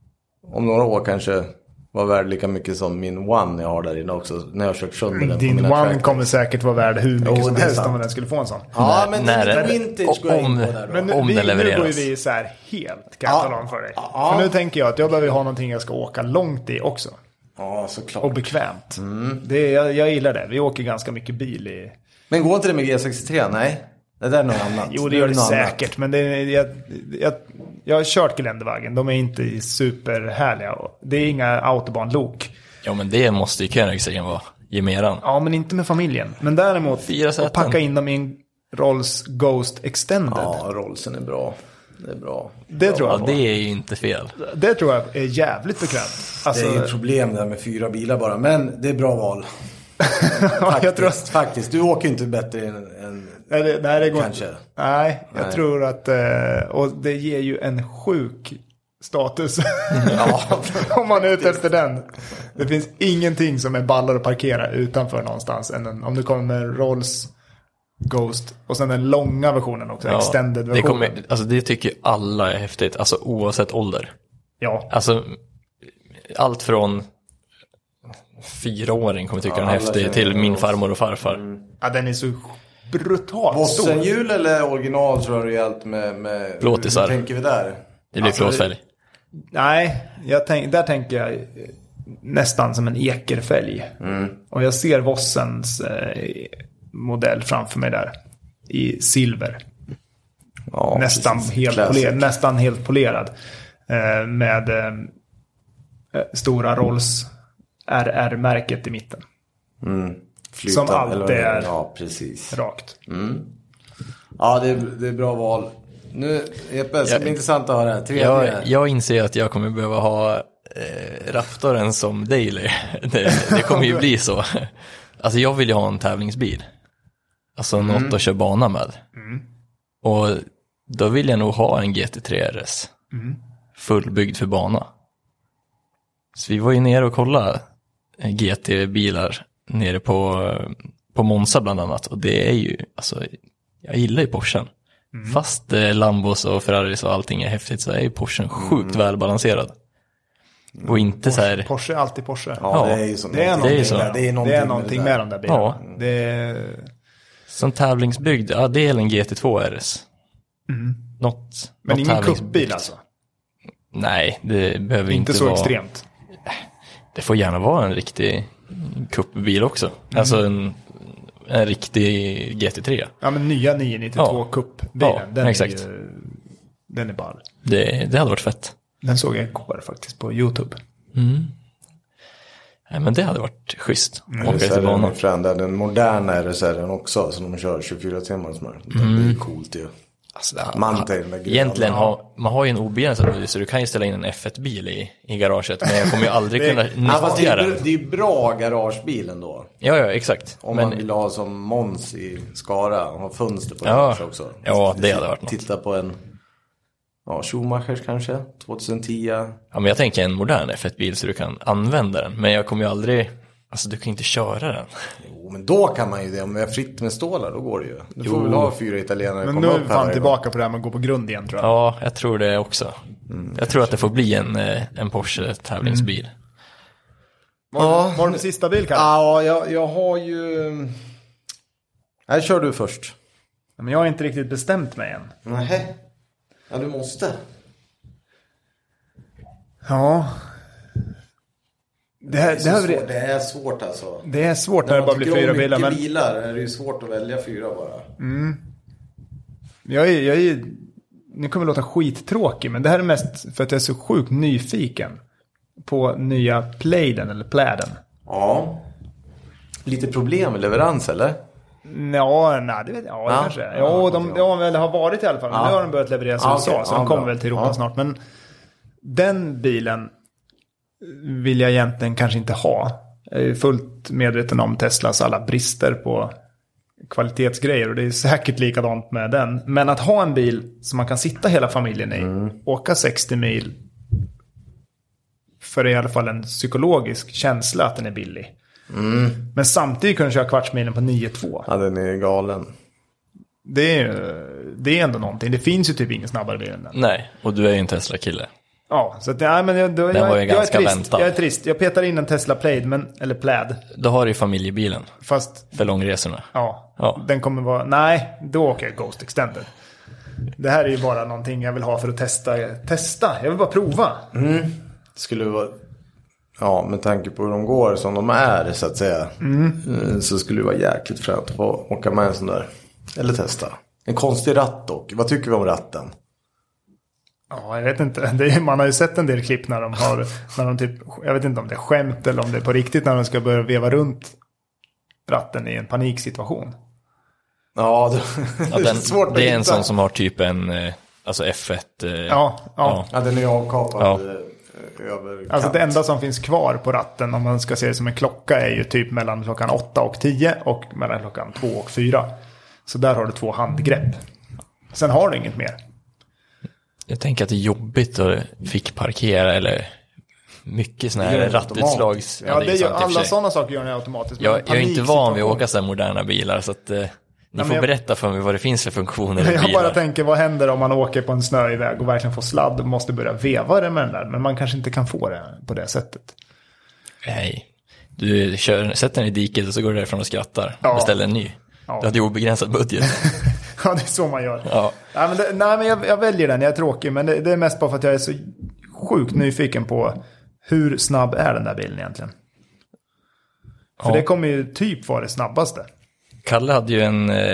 om några år kanske vara värd lika mycket som min One jag har där inne också. När jag har kört sönder den. Din One trackers. Kommer säkert vara värd hur mycket jo, som helst sant. om den skulle få en sån. Ja, men när, den när, vintage går in på där då. Men nu, om vi, den levereras. Nu går vi så här helt, kan jag tala om för dig. Ja. För nu tänker jag att jag behöver ha någonting jag ska åka långt i också. Ja, såklart. Och bekvämt. Mm. Det, jag, jag gillar det. Vi åker ganska mycket bil i... Men går inte det med G sextiotre? Nej. Det där är något annat. Jo, det gör det säkert. Annat. Men det, jag, jag, jag har kört Geländewagen. De är inte superhärliga. Det är inga autobahnlok. Ja, men det måste ju Koenigseggen vara. Gemeran. Ja, men inte med familjen. Men däremot att packa in dem i en Rolls Ghost Extended. Ja, Rollsen är bra. Det är bra. Det tror jag ja, det är ju inte fel. Det tror jag är jävligt bekvämt. Alltså, det är ett problem där med fyra bilar bara. Men det är bra val. faktiskt, jag tror... faktiskt. Du åker inte bättre än... än nej, det, nej, det går kanske. Inte. Nej, jag nej. tror att... Och det ger ju en sjuk status. Ja, om man är ute efter den. Det finns ingenting som är ballare att parkera utanför någonstans. Än en, om du kommer med Rolls Ghost. Och sen den långa versionen också. Ja, extended versionen. Det, kommer, alltså det tycker alla är häftigt. Alltså oavsett ålder. Ja. Alltså allt från fyraåring kommer tycka ja, den är häftig till min farmor och farfar. Mm. Ja, den är så brutalt Bossenhjul eller original tror jag rejält med, med plåtisar. Hur tänker vi där? Det blir alltså, plåtfälg. Nej, jag tänk, där tänker jag nästan som en ekerfälg. Mm. Och jag ser Vossens eh, modell framför mig där i silver. Ja, nästan, helt polerad, nästan helt polerad. Eh, med eh, stora Rolls R R-märket i mitten. Mm. Flyta, som alltid eller, är ja, precis. rakt. Mm. Ja, det är, det är bra val. Nu, Jeppe, det ska bli intressant att höra. Jag, jag inser att jag kommer behöva ha eh, Raptoren som daily. Det, det kommer ju bli så. Alltså jag vill ju ha en tävlingsbil. Alltså mm. något att köra bana med. Mm. Och då vill jag nog ha en G T tre R S. Mm. Fullbyggd för bana. Så vi var ju nere och kollade G T-bilar nere på, på Monza bland annat. Och det är ju, alltså, jag gillar ju Porschen. Mm. Fast eh, Lambos och Ferraris och allting är häftigt så är ju Porschen sjukt mm. välbalanserad. Och inte Porsche, så här... Porsche är alltid Porsche. Ja, ja, det är ju som det är någonting, det är så. Där. Det är någonting, det är någonting med, med de där bilarna. Ja. Det är... Som tävlingsbyggd, ja det är en G T två R S. Mm. Något, Men något ingen kuppbil alltså? Nej, det behöver inte, inte så vara... extremt. Det får gärna vara en riktig kuppbil också. Mm. Alltså en, en riktig G T tre. Ja, men nya nio nittiotvå ja. Kuppbilen. Ja, den exakt. Är ju, den är ball. Det, det hade varit fett. Den såg jag igår faktiskt på YouTube. Mm. Nej, men det hade varit schysst. Mm. Åka till banan. Den moderna R S R också, som de kör tjugofyra timmar. Mm. Det är coolt ju. Alltså, det, man egentligen har man har ju en obegränsad budget så du kan ju ställa in en F ett bil i, i garaget, men jag kommer ju aldrig kunna nyttja den. Det är ju bra garagebilen då. Ja, ja, exakt. Om men, man vill ha som Måns i Skara och ha fönster på ja, den också. Ja, det hade varit något. Titta på en ja, Schumachers kanske, tjugohundratio. Ja, men jag tänker en modern F ett bil så du kan använda den, men jag kommer ju aldrig, alltså du kan inte köra den. Jo, men då kan man ju det, om vi är fritt med stålar, då går det ju. Du får jo. väl ha fyra italienare. Men nu är vi fan tillbaka på det här med att gå på grund igen, tror jag. Ja, jag tror det också. Mm, jag tror att det får bli en, en Porsche tävlingsbil. Mm. Var, ja. var det sista bil, Kalle? Ja, jag, jag har ju... Nej, kör du först. Men jag har inte riktigt bestämt mig än. Nej. Ja, du måste. Ja. Det, här, det, är det, här, svårt, det är svårt alltså. Det är svårt när, när det bara blir fyra bilar. Men bilar är det ju svårt att välja fyra bara. Mm. Jag är, jag är, nu kommer det låta skittråkig, men det här är mest för att jag är så sjukt nyfiken på nya Playden eller Pläden. Ja. Lite problem med leverans, eller? Ja, nej, det vet jag. Ja, det ja. kanske. Ja, ja, de, de väl har varit i alla fall. Men ja. nu har de börjat leverera som ja, okay. så. Så ja, de kommer bra. väl till Europa ja. snart. Men den bilen vill jag egentligen kanske inte ha. Jag är fullt medveten om Teslas alla brister på kvalitetsgrejer. Och det är säkert likadant med den. Men att ha en bil som man kan sitta hela familjen i. Mm. Åka sextio mil. För i alla fall en psykologisk känsla att den är billig. Mm. Men samtidigt kunna köra kvartsmilen på nio två. Ja, den är galen. Det är, det är ändå någonting. Det finns ju typ ingen snabbare bil än den. Nej, och du är ju en Tesla-kille. Ja, så att, nej, men jag, då, den jag, var ju jag, ganska jag är trist. väntad. Jag är trist. Jag petar in en Tesla Plaid, men, eller Plaid. Då har du ju familjebilen. Fast, för långresorna. Ja, ja, den kommer vara... Nej, då åker jag Ghost Extended. Det här är ju bara någonting jag vill ha för att testa. Testa, jag vill bara prova. Mm. Det skulle vara... Ja, med tanke på hur de går som de är, så att säga. Mm. Så skulle det vara jäkligt fränt att få åka med en sån där. Eller testa. En konstig ratt dock. Vad tycker vi om ratten? Ja, jag vet inte. Det är, man har ju sett en del klipp när de har... När de typ, jag vet inte om det är skämt eller om det är på riktigt. När de ska börja veva runt ratten i en paniksituation. Ja, det, ja, den, är svårt det är en sån som har typ en... Alltså F ett... Ja, ja. ja. ja den är avkapad... Ja. Alltså det enda som finns kvar på ratten, om man ska se det som en klocka, är ju typ mellan klockan åtta och tio och mellan klockan två och fyra. Så där har du två handgrepp. Sen har du inget mer. Jag tänker att det är jobbigt att fick parkera eller mycket såna här rattutslags... Ja, det är ju alla sådana saker gör ni automatiskt. Jag, jag är inte van vid att åka så här moderna bilar, så att... Eh, Ni får jag, berätta för mig vad det finns för funktioner i bilar. Jag bara tänker, vad händer om man åker på en snöig väg och verkligen får sladd och måste börja veva det med den där. Men man kanske inte kan få det på det sättet. Nej, du kör, sätter den i diket och så går du därifrån och skrattar. Ja. Beställer en ny. Ja. Du hade ju obegränsad budget. Ja, det är så man gör. Ja. Nej, men, det, nej, men jag, jag väljer den, jag är tråkig. Men det, det är mest bara för att jag är så sjukt nyfiken på hur snabb är den där bilen egentligen. För ja. det kommer ju typ vara det snabbaste. Kalle hade ju en,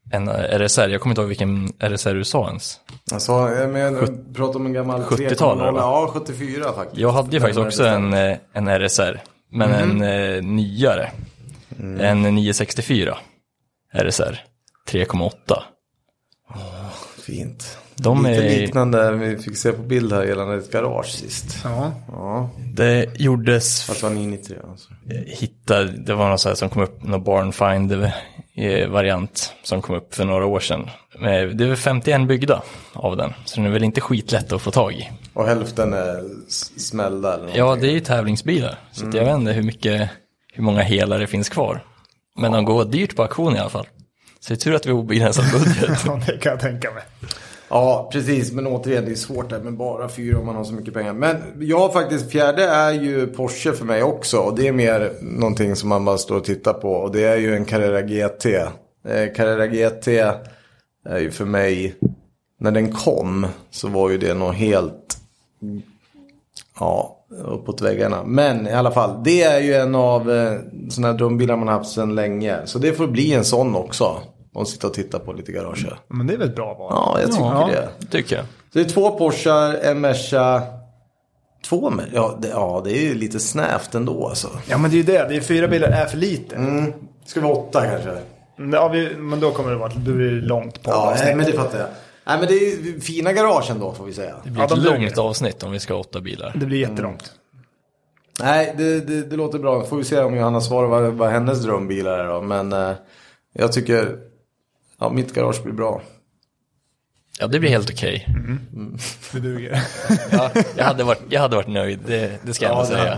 en R S R, jag kommer inte ihåg vilken R S R du sa ens. Alltså, men jag pratar om en gammal sjuttiotalare. Ja, sjuttiofyra faktiskt. Jag hade ju faktiskt också en, en R S R, men mm. en eh, nyare. Mm. En nio sextiofyra R S R, tre komma åtta. Åh, fint. De Lite är... liknande, vi fick se på bild här gällande ett garage sist. Ja. Ja. Det gjordes... Fast var nio nittiotre alltså. Hittade, det var något så här som kom upp, någon Barnfind-variant som kom upp för några år sedan. Det är väl femtioen byggda av den, så den är väl inte skitlätt att få tag i. Och hälften är smällda eller någonting. Ja, det är ju tävlingsbilar, så mm. jag vet inte hur mycket, hur många hela det finns kvar. Men de går dyrt på auktion i alla fall. Så det är tur att vi har obegränsad budget. Ja, det kan jag tänka mig. Ja, precis. Men återigen, det är svårt där med bara fyra om man har så mycket pengar. Men jag faktiskt, fjärde är ju Porsche för mig också. Och det är mer någonting som man bara står och tittar på. Och det är ju en Carrera G T. Eh, Carrera G T är ju för mig, när den kom så var ju det nog helt, ja, uppåt väggarna. Men i alla fall, det är ju en av eh, sådana här drömbilar man har haft sedan länge. Så det får bli en sån också. Och sitta och titta på lite garage. Men det är väl ett bra val? Ja, jag tycker ja, det. Tycker jag. Så det är två Porschar, en Merca, två med. Ja det, ja, det är ju lite snävt ändå alltså. Ja, men det är ju det. Det är fyra bilar är för lite. Mm. Ska vi vara åtta kanske? Ja, vi, men då kommer det vara, då blir det långt på. Ja, nej, men det fattar jag. Nej, men det är ju fina garagen då får vi säga. Det blir ett ja, de långt avsnitt om vi ska ha åtta bilar. Det blir jättelångt. Mm. Nej, det, det, det låter bra. Får vi se om Johanna svarar vad, vad hennes drömbilar är då. Men eh, jag tycker... Ja, mitt garage blir bra. Ja, det blir helt okej. Okay. Mm. Mm. Det duger. Ja, jag, hade varit, jag hade varit nöjd, det, det ska jag ja, ändå säga.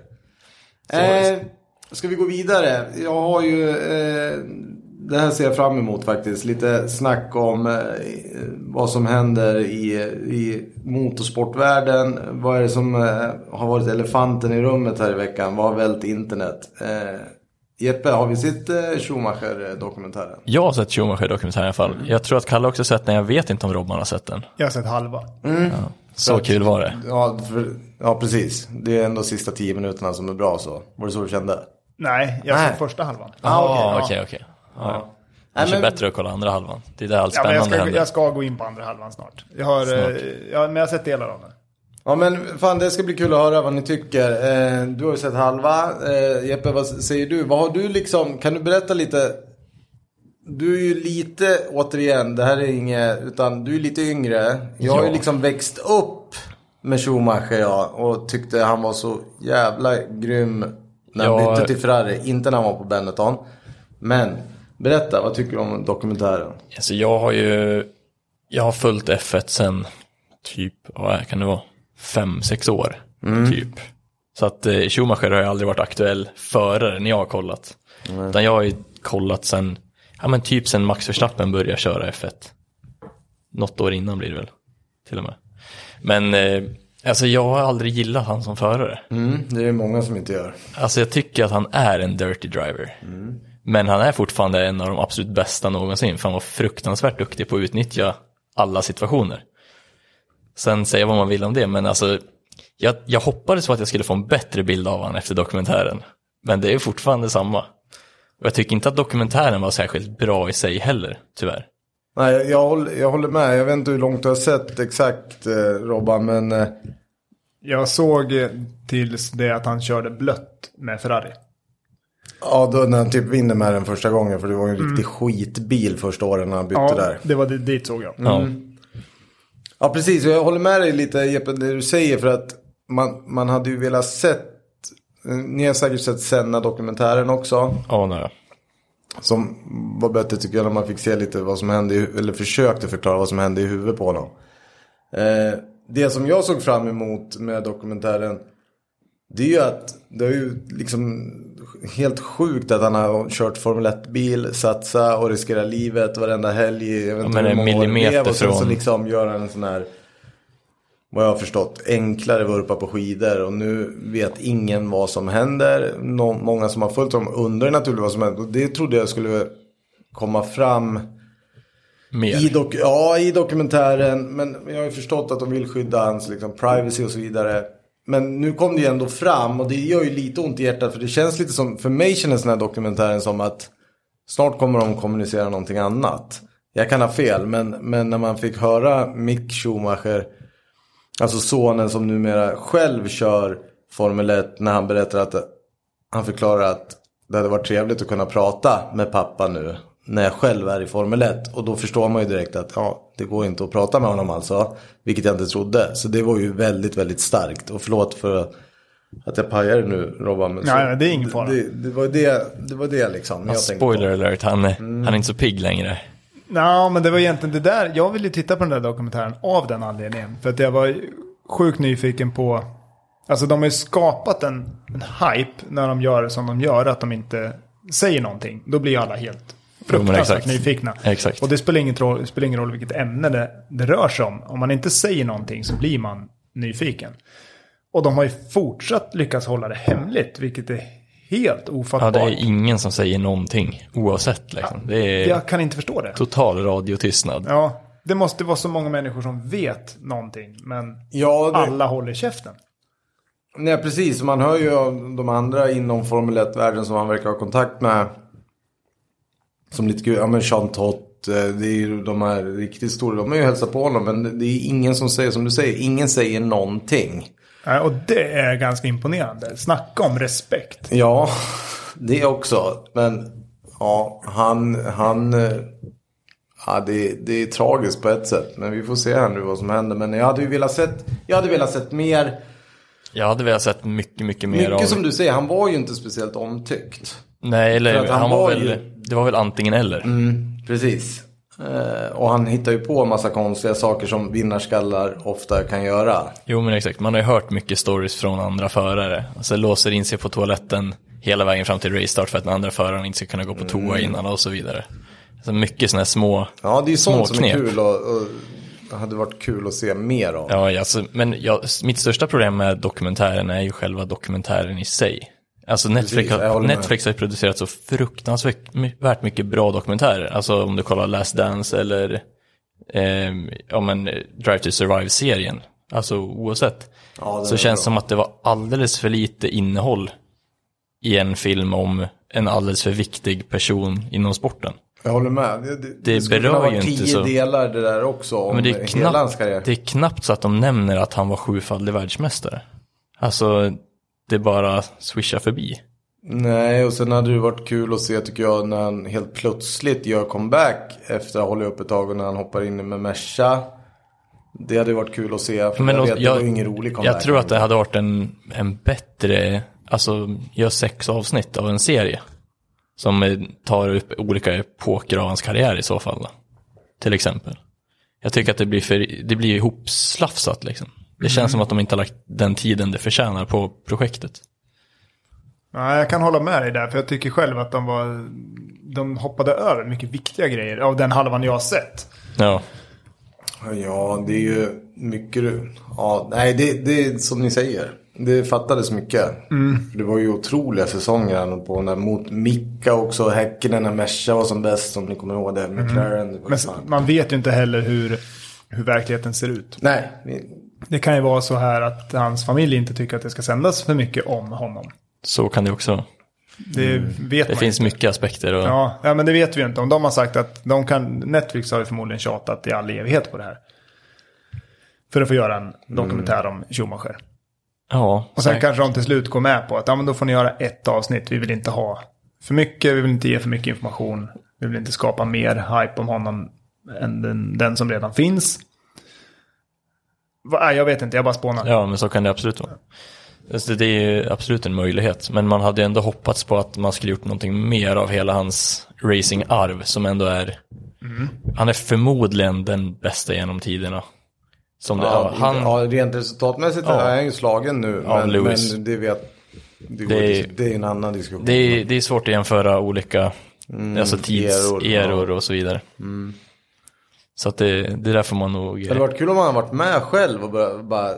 Eh, ska vi gå vidare? Jag har ju... Eh, det här ser jag fram emot faktiskt. Lite snack om eh, vad som händer i, i motorsportvärlden. Vad är det som eh, har varit elefanten i rummet här i veckan? Vad har vält internet? Eh, Jeppe, har vi sett eh, Schumacher-dokumentären? Jag har sett Schumacher-dokumentären i alla fall. Jag tror att Kalle också sett den. Jag vet inte om Robban har sett den. Jag har sett halva. Mm. Ja, så att, kul var det. Ja, för, ja, precis. Det är ändå sista tio minuterna som är bra så. Var det så du kände? Nej, jag har sett första halvan. Ah, okej, okej. Kanske men... bättre att kolla andra halvan. Det är där allt spännande ja, men jag, ska, jag ska gå in på andra halvan snart. Jag har, snart. Eh, ja, men jag har sett delar av den. Ja, men fan, det ska bli kul att höra vad ni tycker. Eh, du har ju sett halva. Eh, Jeppe, vad säger du? Vad har du liksom, kan du berätta lite? Du är ju lite, återigen, det här är inget, utan du är lite yngre. Jag har ja. ju liksom växt upp med Schumacher, ja, och tyckte han var så jävla grym när han ja. bytte till Ferrari. Inte när han var på Benetton. Men, berätta, vad tycker du om dokumentären? Alltså, jag har ju, jag har följt F ett sen typ, vad kan det vara? Fem, sex år, mm. typ. Så att eh, Schumacher har ju aldrig varit aktuell före när jag har kollat. Mm. Utan jag har ju kollat sen, ja men typ sen Max Verstappen började köra F ett. Något år innan blir det väl, till och med. Men, eh, alltså jag har aldrig gillat han som förare. Mm, det är många som inte gör. Alltså jag tycker att han är en dirty driver. Mm. Men han är fortfarande en av de absolut bästa någonsin. För han var fruktansvärt duktig på att utnyttja alla situationer. Sen säger vad man vill om det, men alltså jag, jag hoppades på att jag skulle få en bättre bild av han efter dokumentären. Men det är fortfarande samma. Och jag tycker inte att dokumentären var särskilt bra i sig heller, tyvärr. Nej, jag håller, jag håller med. Jag vet inte hur långt du har sett exakt, eh, Robban, men... Eh... Jag såg tills det att han körde blött med Ferrari. Ja, då när han typ vinner med den första gången, för det var en mm. riktig skitbil första åren när han bytte ja, där. det var det, dit såg jag. Mm. Ja. Ja, precis. Jag håller med dig lite, Jeppe, det du säger. För att man, man hade ju velat sett... Ni har säkert sett Senna-dokumentären också. Ja, nej. Som var bättre tycker jag när man fick se lite vad som hände. I, eller försökte förklara vad som hände i huvudet på honom. Eh, det som jag såg fram emot med dokumentären... Det är ju att det är ju liksom helt sjukt att han har kört Formel ett-bil, satsa och riskera livet varenda helg. Jag vet inte ja, men en millimeter och sen från... så liksom gör han en sån här, vad jag har förstått, enklare vurpa på skidor. Och nu vet ingen vad som händer. Nå- många som har följt dem undrar naturligtvis vad som händer. Och det trodde jag skulle komma fram mer. I, dok- ja, i dokumentären. Men jag har ju förstått att de vill skydda hans liksom, privacy och så vidare. Men nu kom det ju ändå fram och det gör ju lite ont i hjärtat, för det känns lite som, för mig känns den här dokumentären som att snart kommer de kommunicera någonting annat. Jag kan ha fel, men, men när man fick höra Mick Schumacher, alltså sonen som numera själv kör Formel ett, när han berättar att han förklarar att det hade varit trevligt att kunna prata med pappa nu när jag själv är i Formel ett. Och då förstår man ju direkt att ja, det går inte att prata med honom alltså. Vilket jag inte trodde. Så det var ju väldigt, väldigt starkt. Och förlåt för att jag pajar nu, Robban. Men nej, det är ingen fara. Det, det, var det, det var det liksom. Ja, jag spoiler alert, han, mm. han är inte så pigg längre. Nej, men det var egentligen det där. Jag ville titta på den där dokumentären av den anledningen. För att jag var sjukt nyfiken på... Alltså de har ju skapat en, en hype när de gör som de gör. Att de inte säger någonting. Då blir alla helt fruktansvärt nyfikna. Exakt. Och det spelar ingen roll, spelar ingen roll vilket ämne det, det rör sig om. Om man inte säger någonting så blir man nyfiken. Och de har ju fortsatt lyckats hålla det hemligt. Vilket är helt ofattbart. Ja, det är ingen som säger någonting. Oavsett liksom. Det är jag kan inte förstå det. Total radiotystnad. Ja, det måste vara så många människor som vet någonting. Men ja, det... alla håller käften. Nej, precis. Man hör ju av de andra inom Formel ett-världen som man verkar ha kontakt med. Som lite kul. Ja, men Jean Todt. Det är ju de här riktigt stora. De är ju hälsat på honom. Men det är ingen som säger, som du säger. Ingen säger någonting. Ja, och det är ganska imponerande. Snacka om respekt. Ja, det också. Men ja, han... han ja, det, det är tragiskt på ett sätt. Men vi får se här nu vad som händer. Men jag hade ju velat sett... Jag hade velat sett mer... Jag hade velat sett mycket, mycket mer mycket av... Mycket som du säger, han var ju inte speciellt omtyckt. Nej, eller han, han var, var väl... Ju... Det var väl antingen eller. Mm, precis. Eh, och han hittar ju på en massa konstiga saker som vinnarskallar ofta kan göra. Jo, men exakt. Man har ju hört mycket stories från andra förare. Alltså låser in sig på toaletten hela vägen fram till restart för att den andra föraren inte ska kunna gå på toa mm. innan och så vidare. Så mycket sådana här små ja, det är ju sånt som knep. Är kul och... och... Det hade varit kul att se mer av. Ja, alltså, men jag, mitt största problem med dokumentären är ju själva dokumentären i sig. Alltså Netflix, Precis, har, Netflix har ju producerat så fruktansvärt mycket bra dokumentärer. Alltså om du kollar Last Dance eller eh, ja, men Drive to Survive-serien. Alltså oavsett. Ja, så känns det som att det var alldeles för lite innehåll i en film om en alldeles för viktig person inom sporten. Jag håller med. Det, det, det, det skulle berör vara ju tio inte så. delar det där också om men det är hela knappt, hans karriär. Det är knappt så att de nämner att han var sjufaldig världsmästare. Alltså det bara swishar förbi. Nej, och sen hade det varit kul att se tycker jag när han helt plötsligt gör comeback efter att ha hållit upp ett tag och när han hoppar in med Merca. Det hade varit kul att se för men jag vet, jag, det var ingen rolig comeback. Jag tror att det hade varit en, en bättre, alltså gör sex avsnitt av en serie. Som tar upp olika epoker av hans karriär i så fall. Då. Till exempel. Jag tycker att det blir, för, det blir ihopslafsat liksom. Det känns mm. som att de inte har lagt den tiden det förtjänar på projektet. Ja, jag kan hålla med dig där. För jag tycker själv att de var... De hoppade över mycket viktiga grejer av den halvan jag har sett. Ja. Ja, det är ju mycket... Ja, nej, det, det är som ni säger. Det fattades mycket. Mm. Det var ju otroliga säsonger på när mot Mika också. Häcken när Merca var som bäst, som ni kommer ihåg det. McLaren. Mm. Men man vet ju inte heller hur, hur verkligheten ser ut. Nej. Det kan ju vara så här att hans familj inte tycker att det ska sändas för mycket om honom. Så kan det också. Det mm. vet Det man finns inte. mycket aspekter. Och... Ja, ja, men det vet vi ju inte. Om de har sagt att de kan... Netflix har ju förmodligen tjatat i all evighet på det här. För att få göra en dokumentär mm. om Schumacher. Ja, och sen säkert. kanske de till slut går med på att ja, men då får ni göra ett avsnitt. Vi vill inte ha för mycket, vi vill inte ge för mycket information. Vi vill inte skapa mer hype om honom än den, den som redan finns. Va, jag vet inte, jag bara spånar. Ja, men så kan det absolut vara. Alltså, det är ju absolut en möjlighet. Men man hade ändå hoppats på att man skulle gjort någonting mer av hela hans racingarv som ändå är... Mm. Han är förmodligen den bästa genom tiderna. Som det, ja, han, ja, rent resultatmässigt ja, är han ju slagen nu. Ja, men, men det vet det, går, det, är, det är en annan diskussion. Det är, det är svårt att jämföra olika mm, alltså tidseror eror, ja. och så vidare. Mm. Så att det, det där får man nog... Det hade varit kul om han varit med själv och bara, bara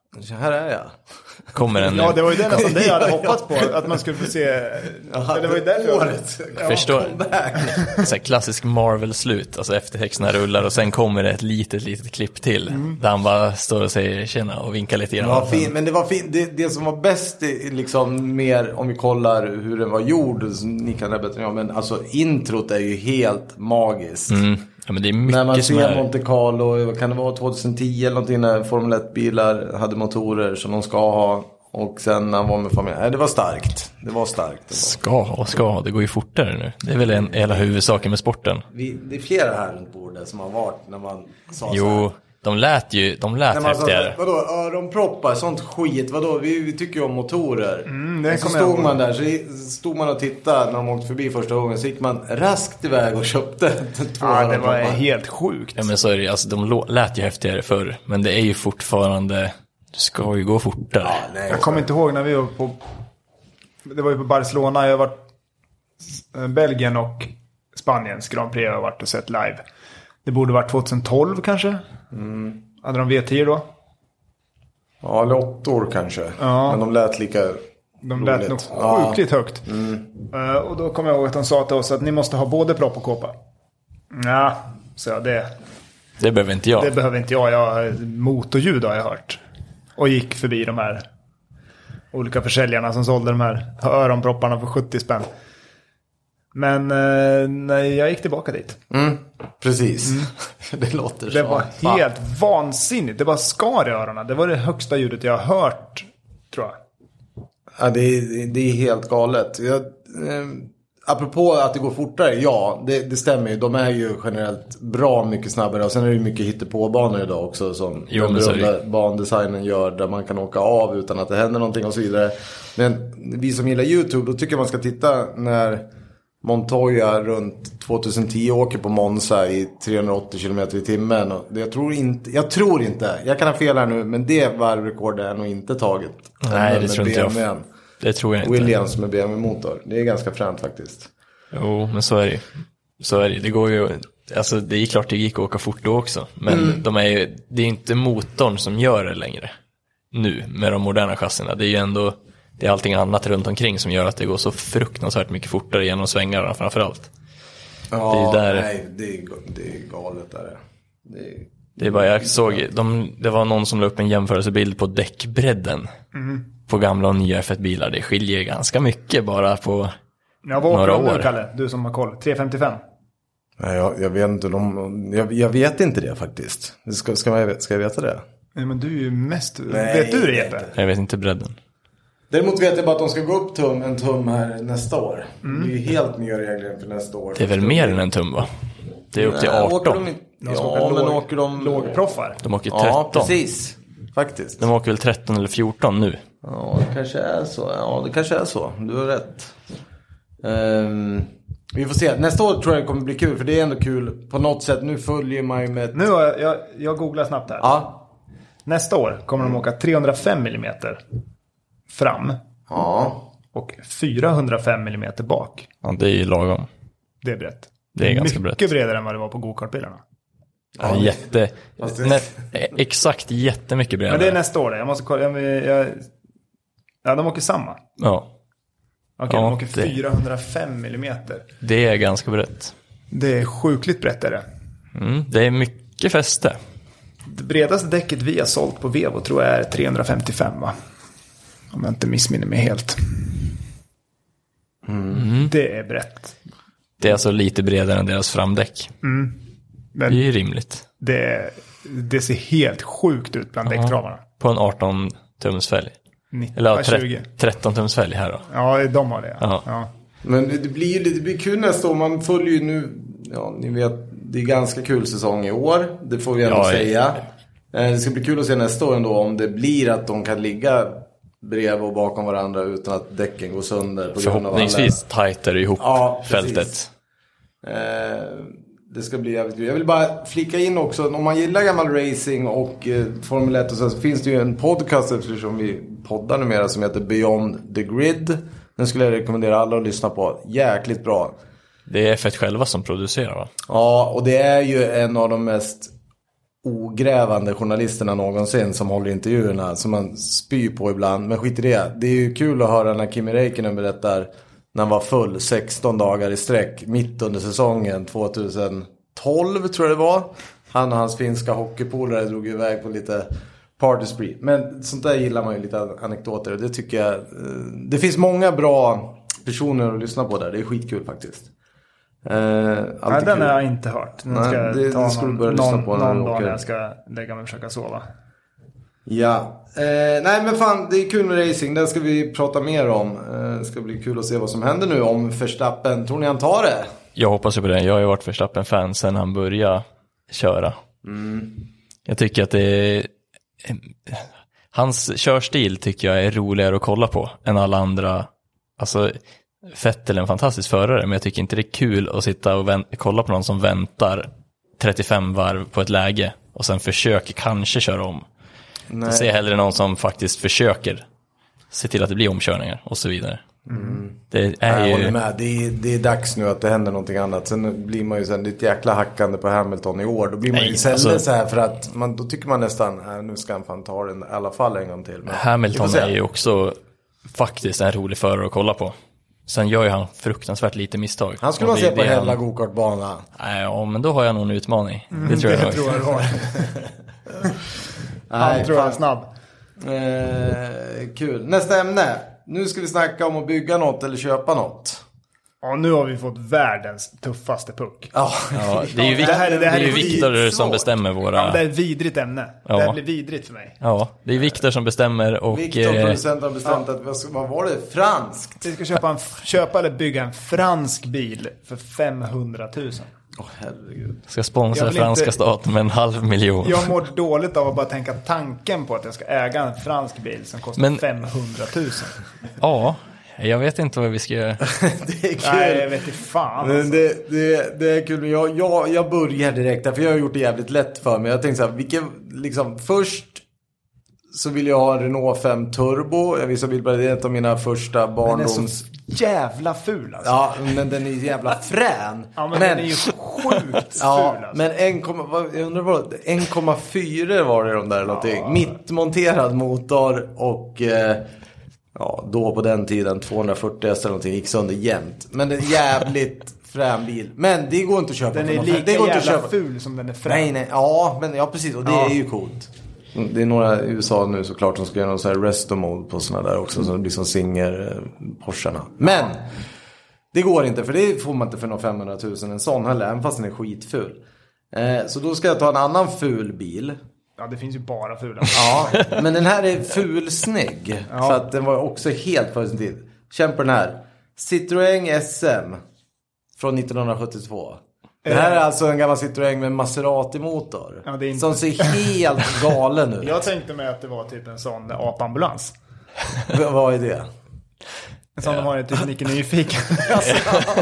Så här är jag. Kommer en... Ja, det var ju det nästan det jag hade hoppats på. Att man skulle få se... Ja, det var ju därför året. Ja. Förstår. Så här klassisk Marvel-slut. Alltså eftertexterna rullar och sen kommer det ett litet, litet klipp till. Mm. Där han bara står och säger tjena och vinkar lite grann. Ja, fin, men det var fint. Det, det som var bäst liksom mer om vi kollar hur den var gjord. Ni kan det bättre än jag. Men alltså introt är ju helt magiskt. Mm. Ja, men det är mycket när man ser är... Monte Carlo, kan det vara tjugohundratio eller någonting när Formel ett-bilar hade motorer som de ska ha. Och sen när han var med familjen. Nej, det var starkt. Det var starkt. Det var. Ska ha, ska ha. Det går ju fortare nu. Det är väl en hela huvudsaken med sporten. Vi, det är flera här runt bordet som har varit när man sa jo, så här. De lät ju, de lät när man häftigare. Sa, vadå, öronproppar, sånt skit. Vadå, vi, vi tycker ju om motorer. Mm, det så stod man där, så stod man och tittade när de åkte förbi första gången. Så gick man raskt iväg och köpte två ja, det var öronproppar. helt sjukt. Ja, men så är det, alltså de lät ju häftigare förr. Men det är ju fortfarande, du ska ju gå fortare. Ja, nej, jag kommer inte ihåg när vi var på, det var ju på Barcelona, jag har varit Belgien och Spaniens Grand Prix jag har varit och sett live. Det borde varit tjugohundratolv kanske. Mm. Hade de V tio då? Ja, eller åttor kanske. Ja. Men de lät lika De roligt. lät nog sjukligt ja. högt. Mm. Uh, och då kommer jag ihåg att de sa till oss att ni måste ha både propp och kåpa. Ja, så jag, det... Det behöver inte jag. Det behöver inte jag. jag motorljud har jag hört. Och gick förbi de här olika försäljarna som sålde de här öronpropparna för sjuttio spänn. Men eh, nej, jag gick tillbaka dit. Mm, precis. Mm. Det låter så. Det var fan. Helt vansinnigt. Det var skar i öronen. Det var det högsta ljudet jag har hört, tror jag. Ja, det är, det är helt galet. Jag, eh, apropå att det går fortare, ja, det, det stämmer ju. De är ju generellt bra mycket snabbare. Och sen är det ju mycket hittepåbanor idag också som jo, den berömda bandesignen gör. Där man kan åka av utan att det händer någonting och så vidare. Men vi som gillar YouTube, då tycker jag man ska titta när Montoya runt tjugohundratio åker på Monza i trehundraåttio kilometer i timmen. Och jag tror inte, jag tror inte, jag kan ha fel här nu, men det varvrekordet är nog inte taget. Nej, det tror inte jag. Det tror jag inte. Williams med B M W-motor. Det är ganska fränt faktiskt. Jo, men så är det ju. Så är det. Det går ju, alltså det är klart det gick att åka fort då också. Men mm. de är ju, det är inte motorn som gör det längre. Nu, med de moderna chassierna. Det är ju ändå, det är allting annat runt omkring som gör att det går så fruktansvärt mycket fortare genom svängarna framförallt. Ja, det är där, nej, det är, det är galet där. Det är, det är bara, jag såg, de, det var någon som la upp en jämförelsebild på däckbredden. Mm. På gamla och nya F ett-bilar. Det skiljer ganska mycket bara på ja, vad några år. Du, Kalle? Du som har koll. tre femtiofem? Nej, jag, jag, vet inte, de, jag, jag vet inte det faktiskt. Ska, ska, jag, ska jag veta det? Nej, men du är ju mest... Nej, vet du det, Jeppe? Jag vet inte bredden. Däremot vet jag bara att de ska gå upp tum, en tum här nästa år. Mm. Det är ju helt nya regler för nästa år. Det är väl mer än en tum, va? Det är upp till arton. Åker de i, ja, ja men åker de... Lågproffar? De åker tretton. Ja, precis. Faktiskt. De åker väl tretton eller fjorton nu. Ja, det kanske är så. Ja, det kanske är så. Du har rätt. Um, vi får se. Nästa år tror jag det kommer bli kul. För det är ändå kul på något sätt. Nu följer man ju med... Nu har jag, jag, jag googlar snabbt här. Ja. Nästa år kommer de åka trehundrafem millimeter fram. Ja. Och fyrahundrafem millimeter bak. Ja, det är ju lagom. Det är brett. Det är ganska brett. Mycket bredare än vad det var på go-kartbilarna. Ja, jätte... Nä, exakt jättemycket bredare. Men det är nästa år det. Jag måste kolla. Jag, jag, ja, de åker samma. Ja. Okej, ja, de åker det. fyrahundrafem millimeter. Det är ganska brett. Det är sjukligt brett är det. Mm, det är mycket fäste. Det bredaste däcket vi har sålt på Vevo tror jag är trehundrafemtiofem, va? Om jag inte missminner mig helt. Mm. Det är brett. Det är alltså lite bredare än deras framdäck. Mm. Men det är ju rimligt. Det, det ser helt sjukt ut bland däcktravarna. På en arton tums fälg. Eller ja, tretton tums fälg här då. Ja, de har det. Ja. Ja. Men det blir, det blir kul nästa år. Man följer ju nu, ja, ni vet, det är ganska kul säsong i år. Det får vi ändå ja, säga. Ja. Det ska bli kul att se nästa år ändå om det blir att de kan ligga bredvid och bakom varandra utan att däcken går sönder. På förhoppningsvis tajtar ihop ja, fältet. Eh, det ska bli jävligt kul. Jag vill bara flika in också, om man gillar gammal racing och eh, Formel ett och så, så finns det ju en podcast eftersom vi poddar numera som heter Beyond the Grid. Den skulle jag rekommendera alla att lyssna på. Jäkligt bra. Det är F ett själva som producerar, va? Ja, och det är ju en av de mest ogrävande journalisterna någonsin som håller intervjuerna som man spyr på ibland. Men skit i det. Det är ju kul att höra när Kimi Räikkönen berättar när han var full sexton dagar i sträck mitt under säsongen tjugohundratolv tror jag det var. Han och hans finska hockeypolare drog iväg på lite party spree. Men sånt där gillar man ju, lite anekdoter. Det tycker jag. Det finns många bra personer att lyssna på där. Det är skitkul faktiskt. Eh, Nej, den har jag inte hört. Den ska Nej, det, ta det ska någon, du börja lyssna någon, på när någon du dag åker. när jag ska lägga mig och försöka sova. Ja, eh, nej men fan, det är kul med racing. Det ska vi prata mer om. Eh, det ska bli kul att se vad som händer nu om Verstappen. Tror ni han tar det? Jag hoppas ju på det. Jag har ju varit Verstappen-fan sedan han började köra. Mm. Jag tycker att det är... Hans körstil tycker jag är roligare att kolla på än alla andra. Alltså, Vettel är en fantastisk förare, men jag tycker inte det är kul att sitta och vänt- kolla på någon som väntar trettiofem varv på ett läge och sen försöker kanske köra om. Jag ser hellre någon som faktiskt försöker se till att det blir omkörningar och så vidare. Mm. Det är jag ju... håller med. Det är, det är dags nu att det händer någonting annat. Sen blir man ju sen ett jäkla hackande på Hamilton i år. Då blir man Nej, ju sällan alltså... så här för att man, då tycker man nästan äh, nu ska han fan ta den i alla fall en gång till. Men Hamilton är ju också faktiskt en rolig förare att kolla på. Sen gör ju han fruktansvärt lite misstag. Han skulle man se på hela han... go-kartbana. Nej, ja, men då har jag nog en utmaning. Mm, det tror jag det nog. tror jag har. Han Nej, tror jag är fan. snabb. Eh, kul. Nästa ämne. Nu ska vi snacka om att bygga något eller köpa något. Ja, nu har vi fått världens tuffaste puck. Ja, Ja, det är ju, det här är- det här det är ju är Viktor som skitsvårt. bestämmer våra... Ja, det är ett vidrigt ämne. Ja. Det här blir vidrigt för mig. Ja, det är Viktor som bestämmer och... Viktor, eh, producenten, har bestämt att, vad ska- vad var det? Franskt? Vi ska köpa, en, köpa eller bygga en fransk bil för femhundratusen. Åh, oh, herregud. ska sponsra Jag vill franska inte- staten med en halv miljon. Jag mår dåligt av att bara tänka tanken på att jag ska äga en fransk bil som kostar Men- femhundratusen. Ja, jag vet inte vad vi ska göra. Det är kul. Nej, jag vet inte fan. Men Alltså. det, det, det är kul. Men jag, jag, jag börjar direkt där, för jag har gjort det jävligt lätt för mig. Jag tänkte så här, vilken, liksom, först så vill jag ha en Renault fem Turbo. Jag visar bild på det, det är ett av mina första Den är barndoms... så jävla ful alltså. Ja, men den är jävla frän. Ja, men, den är ju sjukt Ja, ful alltså. men en, vad- jag undrar vad, en komma fyra var det de där någonting. Ja. Mittmonterad motor och eh, ja, då på den tiden tvåhundrafyrtio hästar eller någonting, gick sönder jämt. Men det är jävligt frän bil. Men det går inte att köpa. Den för är någon- lika det går inte att jävla köpa. ful som den är frän. Nej, nej. Ja, men ja, precis. Och det Ja. är ju coolt. Det är några i U S A nu såklart som ska göra någon sån här resto mode på såna där också. Så det blir som Singer eh, Porscharna. Men det går inte, för det får man inte för någon femhundratusen en sån heller, även fast den är skitful. Eh, så då ska jag ta en annan ful bil. Ja, det finns ju bara fula. Ja, men den här är fulsnygg. Ja. För att den var också helt för sin tid. Känn på den här. Citroën S M från nittonhundrasjuttiotvå. Det här är alltså en gammal Citroën med en Maserati-motor. Ja, det är inte- Som ser helt galen ut. Jag tänkte mig att det var typ en sån apambulans. V- Vad är det? En sån de har i typ Nicke Nyfiken. Alltså.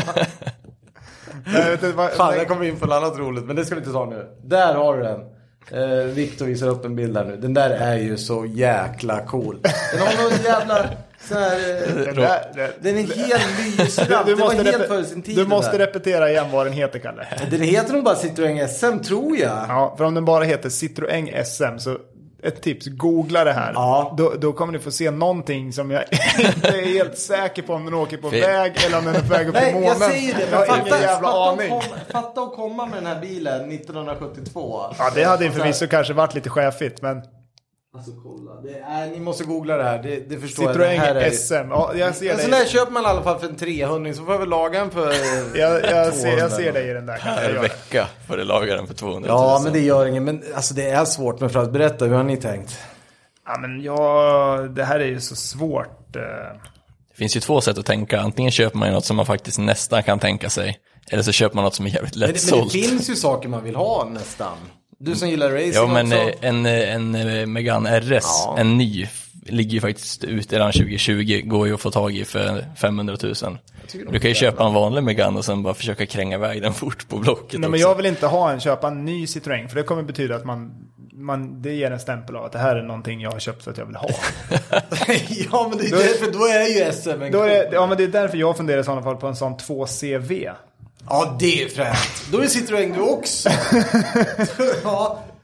Jag vet inte vad... Fan, jag kommer in på något annat roligt, men det ska vi inte ta nu. Där har du den. Eh, Victor visar upp en bild här nu. Den där är ju så jäkla cool. Den har någon jävla så här, eh, Den, där, den, den är helt lysrapp. du, Det var måste helt repe- före sin tid. du den måste där. repetera igen vad den heter, Kalle. Den heter nog bara Citroën S M, tror jag. Ja, för om den bara heter Citroën S M så ett tips, googla det här. Ja. Då, då kommer ni få se någonting som jag inte är helt säker på om den åker på Fel. väg eller om den är på väg upp till Nej, månen. jag säger det. Jag Men har ingen fatta, jävla fatta, aning. Att komma, fatta att komma med den här bilen nittonhundrasjuttiotvå. Ja, det hade ju Och så förvisso här- kanske varit lite chefigt, men Alltså kolla. Det är, ni måste googla det här. Det, det förstår jag. Det här Citroën är- S M. Ja, jag ser En sån dig. där köper man i alla fall för en trehundring. Så får jag väl laga den för Jag, jag, ser, jag tvåhundra. ser dig i den där. Kalle. Jag En gör det. vecka för att laga den för tvåhundratusen. Ja, men det gör ingen. Men alltså det är svårt med för att berätta. Hur har ni tänkt? Ja, men jag, det här är ju så svårt. eh. Det finns ju två sätt att tänka. Antingen köper man ju något som man faktiskt nästan kan tänka sig. Eller så köper man något som är jävligt Men det, men det lättsålt. finns ju saker man vill ha nästan. Du som gillar racing Ja, men också. eh, en, eh, en eh, Megane R S, Ja. en ny, f- ligger ju faktiskt ute redan tjugo tjugo. Går ju att få tag i för femhundratusen. tycker de Du kan ju är köpa en vanlig Megane och sen bara försöka kränga iväg den fort på blocket Nej, men också. jag vill inte ha en, köpa en ny Citroën. För det kommer betyda att man, man, det ger en stämpel av att det här är någonting jag har köpt för att jag vill ha. Ja, men det är Då är- därför, då är ju S M en Då är, cool. det- ja, men det är därför jag funderar i sådana fall på en sån två C V. Ja, det är fränt. Då är Citroën du också. Ja.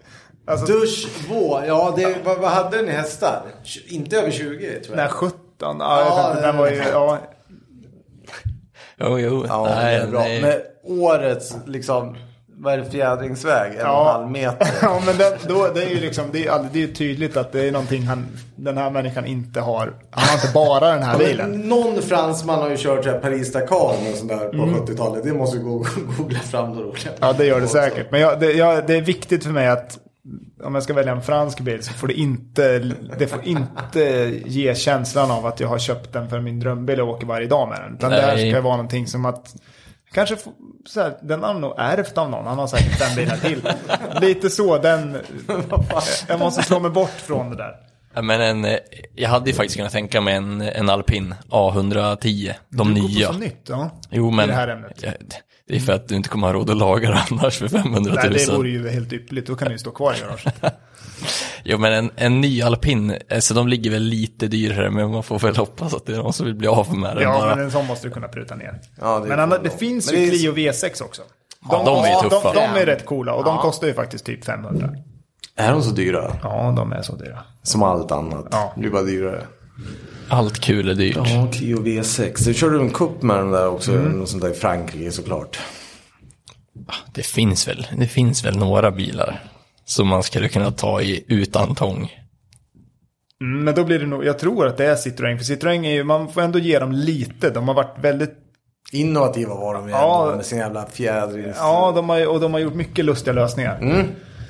Alltså, Dusch två, ja det, vad, vad hade ni hästar? Inte över tjugo tror jag. Nej, sjutton. Ja, jag vet inte, den var ju... Ja. Jo, jo. Ja, nej, det är bra. nej. Men årets, liksom, vad är det, fjädringsväg? En Ja. och en halv meter. Ja, men det, då, det är ju liksom, det är, det är ju tydligt att det är någonting han, den här människan inte har. Han har inte bara den här bilen. Någon fransman har ju kört här Paris-Dakar och sånt där på mm. sjuttiotalet. Det måste vi gå googla fram då. Ja, det gör det säkert. Men jag, det, jag, det är viktigt för mig att om jag ska välja en fransk bil så får det inte, det får inte ge känslan av att jag har köpt den för min drömbil och åker varje dag med den. Utan det här ska vara någonting som att kanske så här, den har nog ärvt av någon. Han har säkert fem bilar till. Lite så, den jag måste slå mig bort från det där. Ja, men en, jag hade ju faktiskt kunnat tänka mig en, en Alpin A hundratio, de du nya. Så nytt, ja. Jo, men det här ämnet. Ja, det är för att du inte kommer ha råd att laga annars för femhundratusen. Nej, det vore ju helt yppligt. Då kan du ju stå kvar i garaget. Jo, men en, en ny Alpin, alltså de ligger väl lite dyrare, men man får väl hoppas att det är någon som vill bli av med den. Ja, bara. men en sån måste du kunna pruta ner. Ja, det men annars, det finns men ju det är... Clio V sex också. De, Ja, de är tuffa. De, de är rätt coola och ja. de kostar ju faktiskt typ femhundra. Är de så dyra? Ja, de är så dyra. Som allt annat. Ja. Det blir bara dyrare. Allt kul är dyrt. Ja, Clio V sex. Du körde en kupp med den där också. Mm. Något sånt där i Frankrike såklart. Det finns väl, det finns väl några bilar som man skulle kunna ta i utan tång. Mm, men då blir det nog, jag tror att det är Citroën. För Citroën är ju, man får ändå ge dem lite. De har varit väldigt innovativa var de ja, med sin jävla fjädring. Ja, de har, och de har gjort mycket lustiga lösningar. Mm.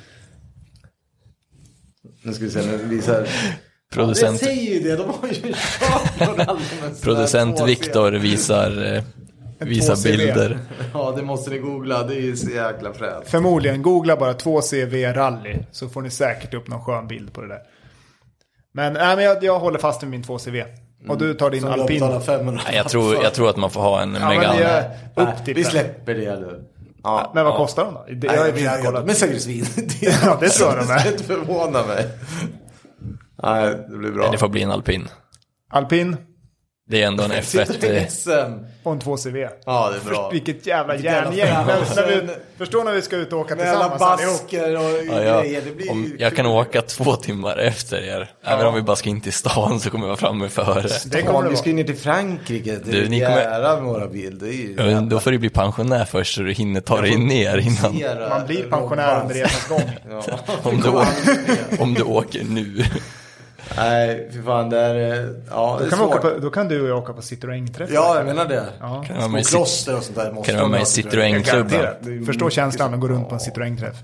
Nu ska vi se, nu visar... Producent, ja, jag säger ju det, de har ju kört Producent Viktor visar, eh, visar bilder. Ja, det måste ni googla, det är ju så jäkla fränt. Förmodligen, googla bara två C V rally så får ni säkert upp någon skön bild på det där. Men, äh, men jag, jag håller fast med min två C V. Och du tar din så Alpin. Nej, jag, tror, jag tror att man får ha en ja, Megane. Men jag, upp Nej, vi släpper det nu. Ja, men vad ja. kostar de då? Det, Nej, jag, jag, jag, jag, men säkert svin. Det, ja, det tror de är. Det förvånar mig. Nej, det blir bra. Nej, det får bli en Alpin. Alpin. Det är ändå en F ett. Och en två C V. Ja, det är bra. För, vilket jävla järngäng. När, när vi, förstår när vi ska ut och åka med tillsammans. Med alla basker och ja, ja. grejer. Det blir om jag kan åka två timmar efter er. Ja. Även om vi bara ska in till stan så kommer jag framme före. Det kommer ja, vi ska ner till Frankrike. Det är nära med våra bilder. Ja, då får du bli pensionär först så du hinner ta dig ner innan. Man blir pensionär under resans gång. Ja. om, du åker, om du åker nu. Nej, för fan, det är, ja, det är då, kan svårt. på, då kan du och jag åka på Citroën-träff. Ja, jag menar det. Ja. Kan man kloster och sånt där. Kan man med i Citroën-klubben? Förstå känslan att gå runt på en Citroën-träff.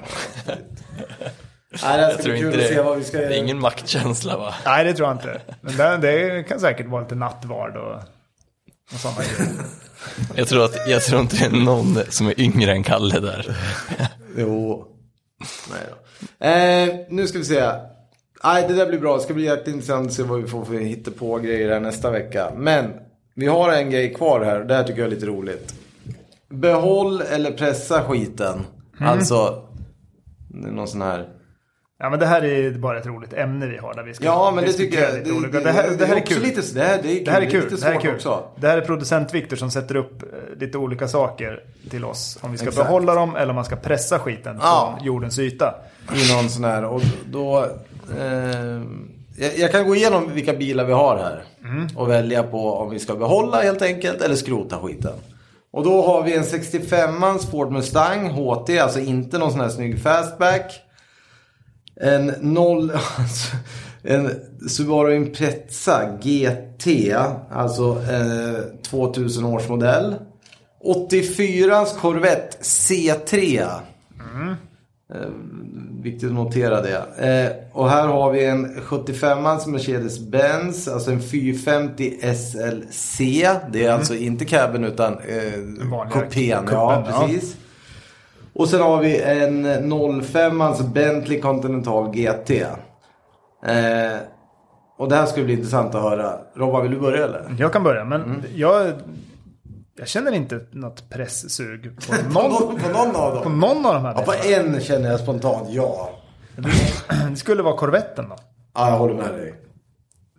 Nej, det ska bli kul att se vad vi ska göra. Det är ingen maktkänsla, va? Nej, det tror jag inte. Men det, det kan säkert vara lite nattvard och, och sådana grejer. Jag tror, att, jag tror inte det är någon som är yngre än Kalle där. Jo. Nej då. Eh, nu ska vi se. Nej, det där blir bra. Det ska bli jätteintressant att se vad vi får för hitta på grejer här nästa vecka. Men vi har en grej kvar här. Det här tycker jag är lite roligt. Behåll eller pressa skiten. Mm. Alltså, det är någon sån här... Ja, men det här är bara ett roligt ämne vi har där vi ska. Ja, men det tycker jag. Det, det, det, här, det här är kul. Lite, det, här, det, är kul. det här är kul. Det är, det här är kul. Också. Det här är producent Viktor som sätter upp lite olika saker till oss. Om vi ska Exakt. behålla dem eller om man ska pressa skiten ja. från jordens yta. I någon sån här. Och då... Eh, jag, jag kan gå igenom vilka bilar vi har här. Mm. Och välja på om vi ska behålla helt enkelt eller skrota skiten. Och då har vi en sextiofemmans Ford Mustang H T. Alltså inte någon sån här snygg fastback. En noll... Alltså, en Subaru Impreza G T. Alltså eh, tvåtusen års modell. åttiofyrans Corvette C tre. Mm. Eh, viktigt att notera det. Eh, och här har vi en sjuttiofemmans Mercedes-Benz. Alltså en fyrahundrafemtio S L C. Det är mm. alltså inte cabben utan eh, kupén. Ja, precis. Ja. Och sen har vi en noll fem Bentley Continental G T. Eh, och det här skulle bli intressant att höra. Robban, vill du börja eller? Jag kan börja, men mm. jag... Jag känner inte något pressug på någon, på någon av dem. På någon av de här. Ja, på en känner jag spontant ja. Det skulle vara Corvetten då. Ja, jag håller med dig.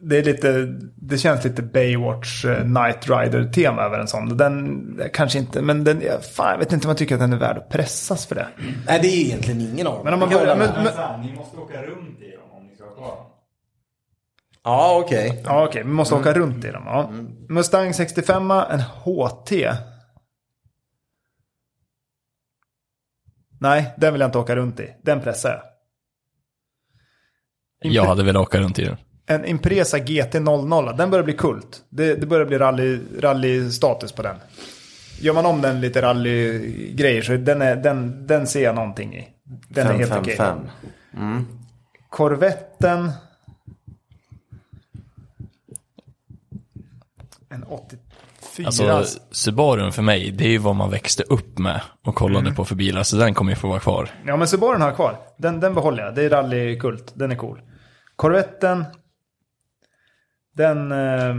det är lite, det känns lite Baywatch uh, Night Rider-tema över en sån. Den kanske inte, men den, fan, jag vet inte om jag tycker att den är värd att pressas för det. Nej, det är ju egentligen ingen av dem. Men om man börjar, men, men, men, ni måste åka runt i dem om ni ska ha kvar dem. Ja, okej. Okay. Ja, okej. Okay. Vi måste mm. åka runt i dem. Ja. Mm. Mustang sextiofem, en H T. Nej, den vill jag inte åka runt i. Den pressar jag. Impre- jag hade velat åka runt i den. En Impresa G T noll noll, den börjar bli kult. Det, det börjar bli rally, rally-status på den. Gör man om den lite rally-grejer så den, är, den, den ser jag någonting i. Den fem, är helt fem, okej. fem. Mm. Corvetten. En åttiofyra. Alltså Subaru för mig, det är ju vad man växte upp med och kollade mm. på för bilar. Så den kommer ju få vara kvar. Ja, men Subaru har jag kvar. Den, den behåller jag. Det är rallykult. Den är cool. Corvetten. Den... Eh,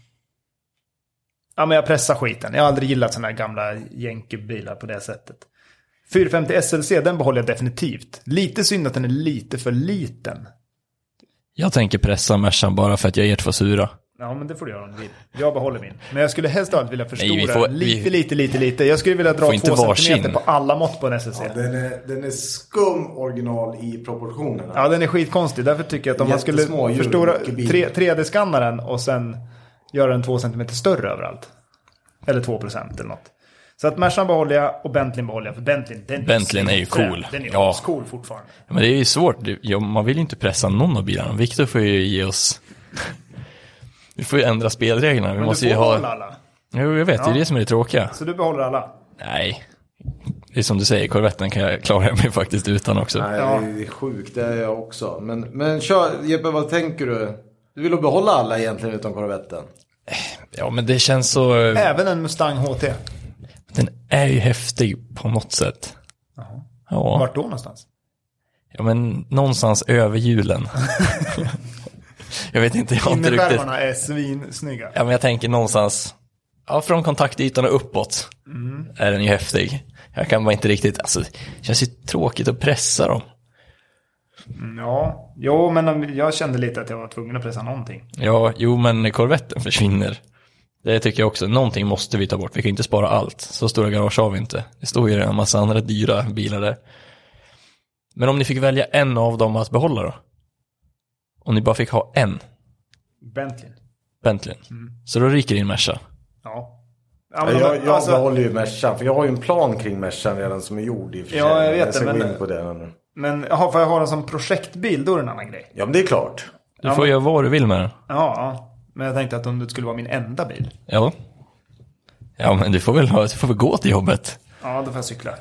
ja, men jag pressar skiten. Jag har aldrig gillat såna här gamla jänkebilar på det sättet. fyrahundrafemtio S L C, den behåller jag definitivt. Lite synd att den är lite för liten. Jag tänker pressa Mercan bara för att jag är ert för sura. Ja, men det får du göra om du vill. Jag behåller min. Men jag skulle helst av allt vilja förstora. Nej, vi får, lite, vi... lite, lite, lite. Jag skulle vilja dra två centimeter på alla mått på en S L C. Ja, den, är, den är skum original i proportionerna. Ja, den är skitkonstig. Därför tycker jag att om man skulle förstora tre D-skannaren och sen göra den två centimeter större överallt. Eller två procent eller något. Så att Mercan behåller jag och Bentley behåller jag. För Bentley, den Bentley är ju cool. Den är ju ja. cool fortfarande. Ja, men det är ju svårt. Ja, man vill ju inte pressa någon av bilarna. Victor får ju ge oss... Vi får ju ändra spelreglerna. Vi men måste du får ju ha... alla. Jo, jag vet. Ja. Det är det som är det tråkiga. Så du behåller alla? Nej. Det är som du säger, Corvetten kan jag klara mig faktiskt utan också. Nej, ja. Det är sjukt. Det är jag också. Men, men kör, Jeppe, vad tänker du? Du vill behålla alla egentligen utan Corvetten? Ja, men det känns så... Även en Mustang H T? Den är ju häftig på något sätt. Jaha. Ja. Vart då någonstans? Ja, men någonstans över hjulen. Jag vet inte, jag har inte riktigt... Innerskärmarna är svinsnygga. Ja, men jag tänker någonstans... Ja, från kontaktytan och uppåt mm. är den ju häftig. Jag kan bara inte riktigt... Alltså, det känns ju tråkigt att pressa dem. Mm, ja, jo, men jag kände lite att jag var tvungen att pressa någonting. Ja, jo, men Corvetten försvinner. Det tycker jag också. Någonting måste vi ta bort. Vi kan inte spara allt. Så stora garage har vi inte. Det står ju en massa andra dyra bilar där. Men om ni fick välja en av dem att behålla då? Om ni bara fick ha en? Bentley. Bentley. Mm. Så då ryker in Merca. Ja. Ja, men jag jag alltså... behåller ju Mercan. För jag har ju en plan kring Mercan redan som är gjord i och för sig. Ja, jag vet jag ska det. Men, in på det nu. Men aha, får jag ha den som projektbil, då är det en annan grej. Ja, men det är klart. Du ja, får men... göra vad du vill med den. Ja, ja. Men jag tänkte att om det skulle vara min enda bil. Ja. Ja, men du får väl, ha, du får väl gå till jobbet. Ja, då får jag cykla. Nej,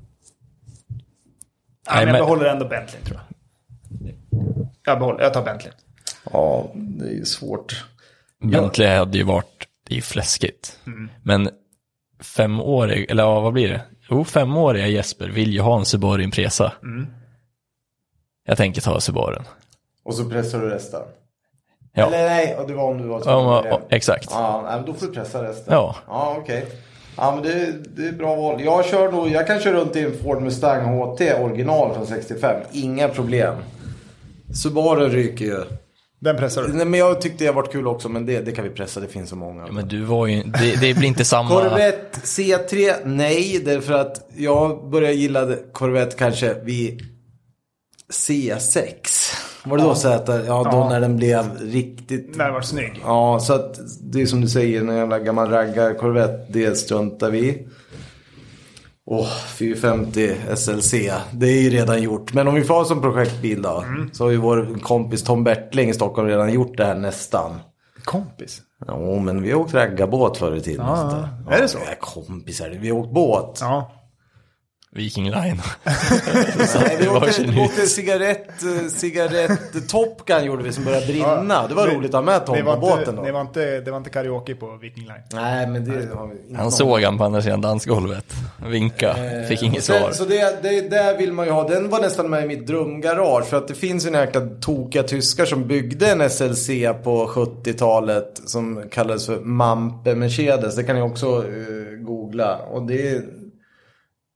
Nej, men men... jag behåller ändå Bentley, tror jag. Jag, behåller, jag tar Bentley. Ja, det är ju svårt. Bentley ja. hade ju varit, det är ju fläskigt. Mm. Men femårig, eller ja, vad blir det? Jo, femåriga Jesper vill ju ha en Subaru Impresa. Mm. Jag tänker ta Subaru. Och så pressar du resten. Ja. Eller nej, det var om du var ja, ja, exakt. Ja, då får du pressa resten. Ja. Ja, okej. Okay. Ja, men det, det är bra val. Jag kör nog, jag kan köra runt i en Ford Mustang H T original från sextiofem. Inga problem. Subaru ryker ju. Den pressar du? Nej, men jag tyckte det har varit kul också, men det, det kan vi pressa, det finns så många. Ja, men du var ju, det, det blir inte samma... Corvette C tre, nej, därför att jag började gilla Corvette kanske vid C sex. Var det ja. då så att, ja, då ja. när den blev riktigt... När den var snygg. Ja, så att det är som du säger, en jävla gammal raggar Corvette, det struntar vi. Åh, fyrahundrafemtio S L C, det är ju redan gjort. Men om vi får som projektbil då, mm. så har ju vår kompis Tom Bertling i Stockholm redan gjort det här nästan. Kompis? Ja, men vi har åkt raggarbåt förr i tiden. Ja, ja. Är det så? Ja, kompisar, vi har åkt båt. Ja. Viking Line. Nej, vi åkte, åkte cigarett, cigarett Top Gun gjorde vi som började brinna. Ja, det var vi, roligt att ha med Tom på båten då. Det var, inte, det var inte karaoke på Viking Line. Nej, men det har vi inte. Han såg han på andra sidan dansgolvet. Vinka. Eh, Fick inget sen, svar. Så det, det där vill man ju ha. Den var nästan med i mitt drömgarage. För att det finns ju en jäkla tokiga tyskar som byggde en S L C på sjuttiotalet. Som kallades för Mampe Mercedes. Det kan ni också uh, googla. Och det är...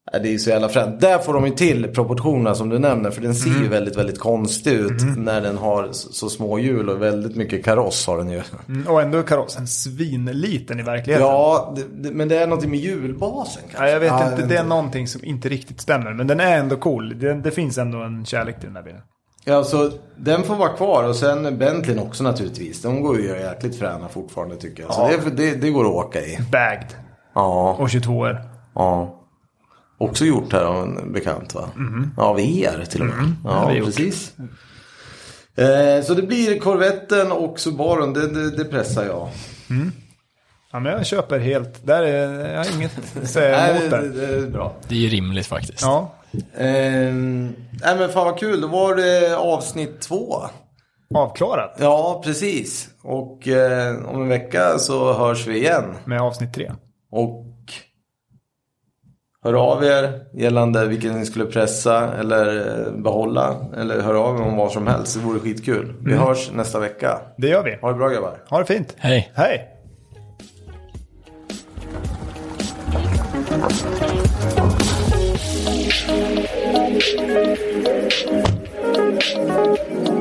Det är ju så jävla fränt. Där får de ju till proportionerna som du nämner. För den ser mm. ju väldigt, väldigt konstig ut mm. när den har så, så små hjul och väldigt mycket kaross har den ju. Mm, och ändå är karossen svinliten i verkligheten. Ja, det, det, men det är något med hjulbasen kanske. Ja, jag vet ja, inte, det är någonting som inte riktigt stämmer. Men den är ändå cool. Det, det finns ändå en kärlek till den här bilen. Ja, så den får vara kvar. Och sen Bentleyn också naturligtvis. De går ju jäkligt fräna fortfarande tycker jag. Så ja. det, det, det går att åka i. Bagged. Ja. Och tjugotvå år. Ja. Också gjort här av en bekant va? Mm. Ja, av er till och med. Mm. Ja, ja precis. Eh, så det blir Corvetten och Subaru. Det, det, det pressar jag. Mm. Ja, men jag köper helt. Där är jag har inget att säga emot där. Det, det, det är bra. Det är ju rimligt faktiskt. Ja. Eh, nej men fan vad kul. Då var det avsnitt två. Avklarat. Ja, precis. Och eh, om en vecka så hörs vi igen. Med avsnitt tre. Och hör av er gällande vilken ni skulle pressa eller behålla. Eller hör av er om vad som helst. Det vore skitkul. Vi mm. hörs nästa vecka. Det gör vi. Ha det bra grabbar. Ha det fint. Hej. Hej. Thank you.